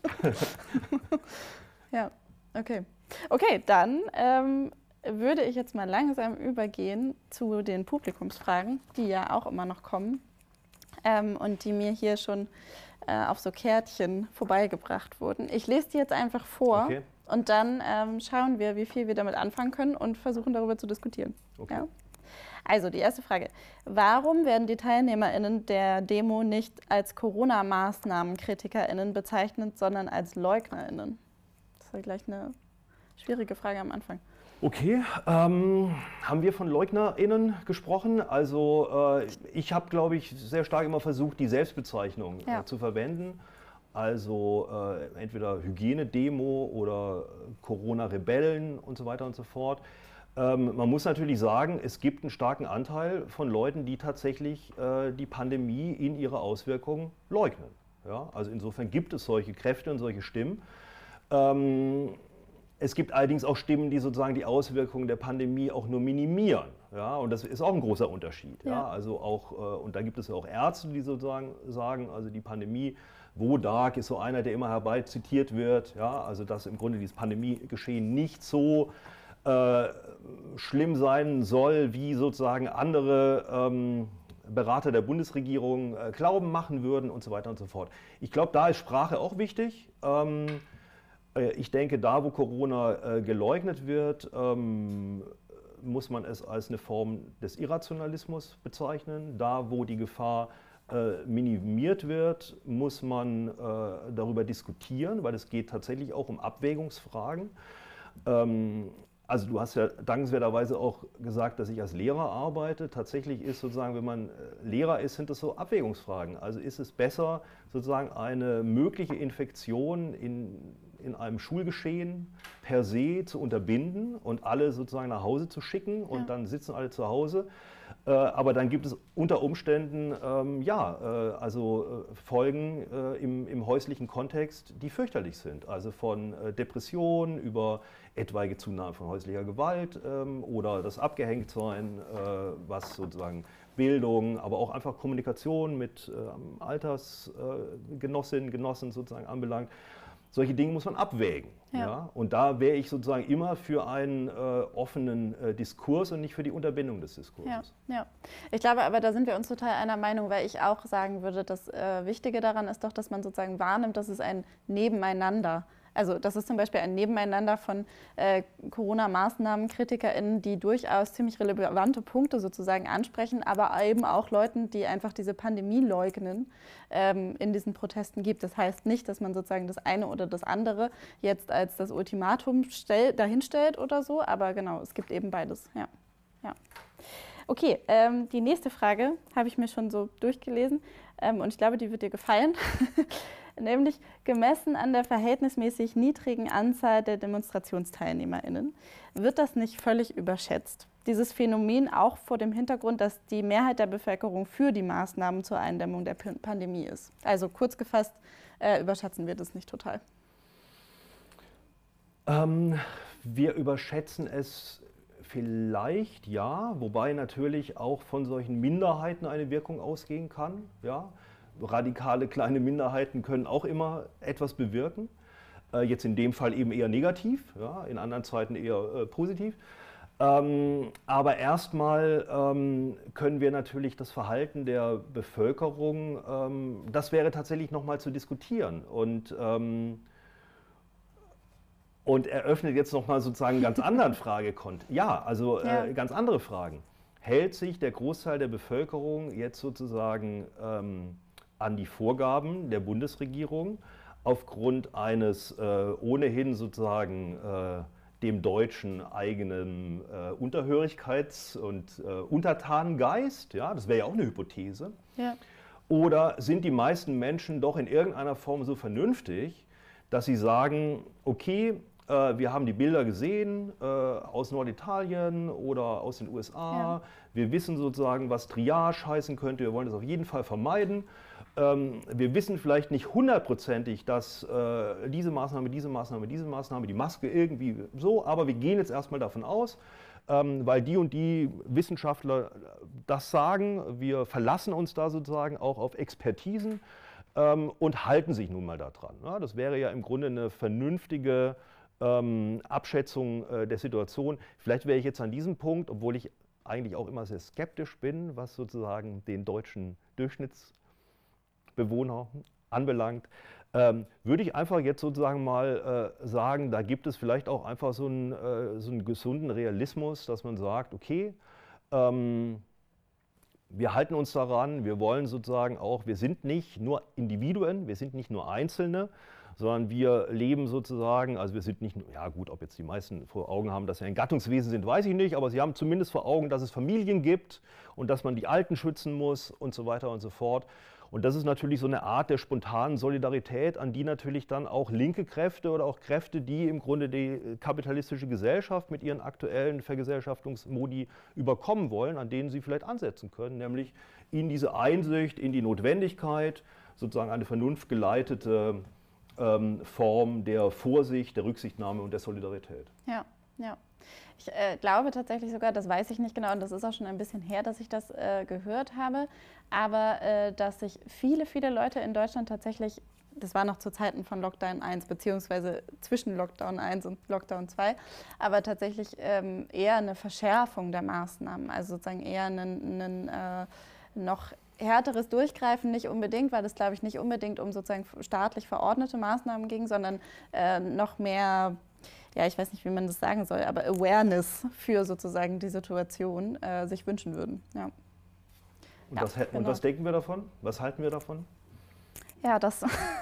Ja, okay. Okay, dann ähm, würde ich jetzt mal langsam übergehen zu den Publikumsfragen, die ja auch immer noch kommen ähm, und die mir hier schon äh, auf so Kärtchen vorbeigebracht wurden. Ich lese die jetzt einfach vor, okay. Und dann ähm, schauen wir, wie viel wir damit anfangen können und versuchen darüber zu diskutieren. Okay. Ja? Also die erste Frage. Warum werden die TeilnehmerInnen der Demo nicht als Corona-MaßnahmenkritikerInnen bezeichnet, sondern als LeugnerInnen? Das ist ja gleich eine schwierige Frage am Anfang. Okay, ähm, haben wir von LeugnerInnen gesprochen? Also äh, ich habe, glaube ich, sehr stark immer versucht, die Selbstbezeichnung ja. äh, zu verwenden. Also äh, entweder Hygienedemo oder Corona-Rebellen und so weiter und so fort. Ähm, man muss natürlich sagen, es gibt einen starken Anteil von Leuten, die tatsächlich äh, die Pandemie in ihre Auswirkungen leugnen. Ja? Also insofern gibt es solche Kräfte und solche Stimmen. Ähm, es gibt allerdings auch Stimmen, die sozusagen die Auswirkungen der Pandemie auch nur minimieren. Ja? Und das ist auch ein großer Unterschied. Ja. Ja? Also auch, äh, und da gibt es ja auch Ärzte, die sozusagen sagen, also die Pandemie, Wodak ist so einer, der immer herbei zitiert wird. Ja? Also dass im Grunde dieses Pandemiegeschehen nicht so Äh, schlimm sein soll, wie sozusagen andere ähm, Berater der Bundesregierung äh, glauben machen würden und so weiter und so fort. Ich glaube, da ist Sprache auch wichtig. Ähm, äh, ich denke, da, wo Corona äh, geleugnet wird, ähm, muss man es als eine Form des Irrationalismus bezeichnen. Da, wo die Gefahr äh, minimiert wird, muss man äh, darüber diskutieren, weil es geht tatsächlich auch um Abwägungsfragen. Ähm, Also du hast ja dankenswerterweise auch gesagt, dass ich als Lehrer arbeite. Tatsächlich ist sozusagen, wenn man Lehrer ist, sind das so Abwägungsfragen. Also ist es besser, sozusagen eine mögliche Infektion in, in einem Schulgeschehen per se zu unterbinden und alle sozusagen nach Hause zu schicken und ja. Dann sitzen alle zu Hause. Äh, aber dann gibt es unter Umständen ähm, ja, äh, also äh, Folgen äh, im, im häuslichen Kontext, die fürchterlich sind. Also von äh, Depressionen über etwaige Zunahme von häuslicher Gewalt ähm, oder das Abgehängtsein, äh, was sozusagen Bildung, aber auch einfach Kommunikation mit äh, Altersgenossinnen, äh, Genossen sozusagen anbelangt. Solche Dinge muss man abwägen. Ja. Ja? Und da wäre ich sozusagen immer für einen äh, offenen äh, Diskurs und nicht für die Unterbindung des Diskurses. Ja, ja. Ich glaube aber, da sind wir uns total einer Meinung, weil ich auch sagen würde, das äh, Wichtige daran ist doch, dass man sozusagen wahrnimmt, dass es ein Nebeneinander ist. Also das ist zum Beispiel ein Nebeneinander von äh, Corona-MaßnahmenkritikerInnen, die durchaus ziemlich relevante Punkte sozusagen ansprechen, aber eben auch Leuten, die einfach diese Pandemie leugnen, ähm, in diesen Protesten gibt. Das heißt nicht, dass man sozusagen das eine oder das andere jetzt als das Ultimatum stell, dahinstellt oder so, aber genau, es gibt eben beides. Ja. Ja. Okay, ähm, die nächste Frage habe ich mir schon so durchgelesen. ähm, und ich glaube, die wird dir gefallen. Nämlich gemessen an der verhältnismäßig niedrigen Anzahl der DemonstrationsteilnehmerInnen wird das nicht völlig überschätzt. Dieses Phänomen auch vor dem Hintergrund, dass die Mehrheit der Bevölkerung für die Maßnahmen zur Eindämmung der P- Pandemie ist. Also kurz gefasst, äh, überschätzen wir das nicht total. Ähm, wir überschätzen es vielleicht, ja, wobei natürlich auch von solchen Minderheiten eine Wirkung ausgehen kann, ja. Radikale kleine Minderheiten können auch immer etwas bewirken. Äh, jetzt in dem Fall eben eher negativ, ja, in anderen Zeiten eher äh, positiv. Ähm, aber erstmal ähm, können wir natürlich das Verhalten der Bevölkerung, ähm, das wäre tatsächlich nochmal zu diskutieren. Und, ähm, und eröffnet jetzt nochmal sozusagen einen ganz anderen Fragekontext. Ja, also äh, Ja. ganz andere Fragen. Hält sich der Großteil der Bevölkerung jetzt sozusagen ähm, an die Vorgaben der Bundesregierung aufgrund eines äh, ohnehin sozusagen äh, dem Deutschen eigenen äh, Unterhörigkeits- und äh, Untertanengeist? Ja, das wäre ja auch eine Hypothese. Ja. Oder sind die meisten Menschen doch in irgendeiner Form so vernünftig, dass sie sagen, okay, äh, wir haben die Bilder gesehen äh, aus Norditalien oder aus den U S A, Ja. wir wissen sozusagen, was Triage heißen könnte, wir wollen das auf jeden Fall vermeiden. Ähm, wir wissen vielleicht nicht hundertprozentig, dass äh, diese Maßnahme, diese Maßnahme, diese Maßnahme, die Maske irgendwie so, aber wir gehen jetzt erstmal davon aus, ähm, weil die und die Wissenschaftler das sagen, wir verlassen uns da sozusagen auch auf Expertisen ähm, und halten sich nun mal daran. Ja, das wäre ja im Grunde eine vernünftige ähm, Abschätzung äh, der Situation. Vielleicht wäre ich jetzt an diesem Punkt, obwohl ich eigentlich auch immer sehr skeptisch bin, was sozusagen den deutschen Durchschnittsbewohner anbelangt, ähm, würde ich einfach jetzt sozusagen mal äh, sagen, da gibt es vielleicht auch einfach so einen, äh, so einen gesunden Realismus, dass man sagt, okay, ähm, wir halten uns daran, wir wollen sozusagen auch, wir sind nicht nur Individuen, wir sind nicht nur Einzelne, sondern wir leben sozusagen, also wir sind nicht nur, ja gut, ob jetzt die meisten vor Augen haben, dass wir ein Gattungswesen sind, weiß ich nicht, aber sie haben zumindest vor Augen, dass es Familien gibt und dass man die Alten schützen muss und so weiter und so fort. Und das ist natürlich so eine Art der spontanen Solidarität, an die natürlich dann auch linke Kräfte oder auch Kräfte, die im Grunde die kapitalistische Gesellschaft mit ihren aktuellen Vergesellschaftungsmodi überkommen wollen, an denen sie vielleicht ansetzen können, nämlich in diese Einsicht, in die Notwendigkeit, sozusagen eine vernunftgeleitete ähm, Form der Vorsicht, der Rücksichtnahme und der Solidarität. Ja, ja. Ich äh, glaube tatsächlich sogar, das weiß ich nicht genau und das ist auch schon ein bisschen her, dass ich das äh, gehört habe, aber äh, dass sich viele, viele Leute in Deutschland tatsächlich, das war noch zu Zeiten von Lockdown eins, beziehungsweise zwischen Lockdown eins und Lockdown zwei, aber tatsächlich ähm, eher eine Verschärfung der Maßnahmen, also sozusagen eher einen, einen äh, noch härteres Durchgreifen, nicht unbedingt, weil es, glaube ich, nicht unbedingt um sozusagen staatlich verordnete Maßnahmen ging, sondern äh, noch mehr, ja, ich weiß nicht, wie man das sagen soll, aber Awareness für sozusagen die Situation äh, sich wünschen würden. Ja. Und, Ja, das, genau. und was denken wir davon? Was halten wir davon? Ja, das,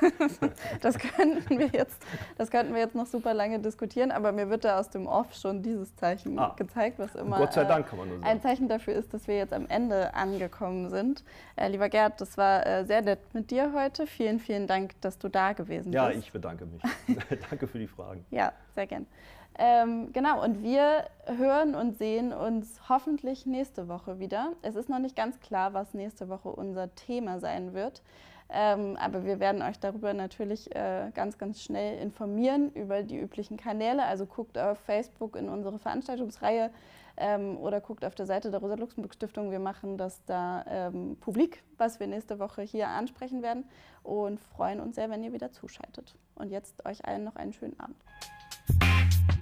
das, könnten wir jetzt, das könnten wir jetzt noch super lange diskutieren, aber mir wird da aus dem Off schon dieses Zeichen Ah, gezeigt, was immer Gott sei Dank, kann man nur sagen. ein Zeichen dafür ist, dass wir jetzt am Ende angekommen sind. Äh, lieber Gerd, das war äh, sehr nett mit dir heute. Vielen, vielen Dank, dass du da gewesen Ja, bist. ich bedanke mich. Danke für die Fragen. Ja, sehr gern. Ähm, genau, und wir hören und sehen uns hoffentlich nächste Woche wieder. Es ist noch nicht ganz klar, was nächste Woche unser Thema sein wird. Ähm, aber wir werden euch darüber natürlich äh, ganz, ganz schnell informieren über die üblichen Kanäle. Also guckt auf Facebook in unsere Veranstaltungsreihe ähm, oder guckt auf der Seite der Rosa-Luxemburg-Stiftung. Wir machen das da ähm, publik, was wir nächste Woche hier ansprechen werden und freuen uns sehr, wenn ihr wieder zuschaltet. Und jetzt euch allen noch einen schönen Abend.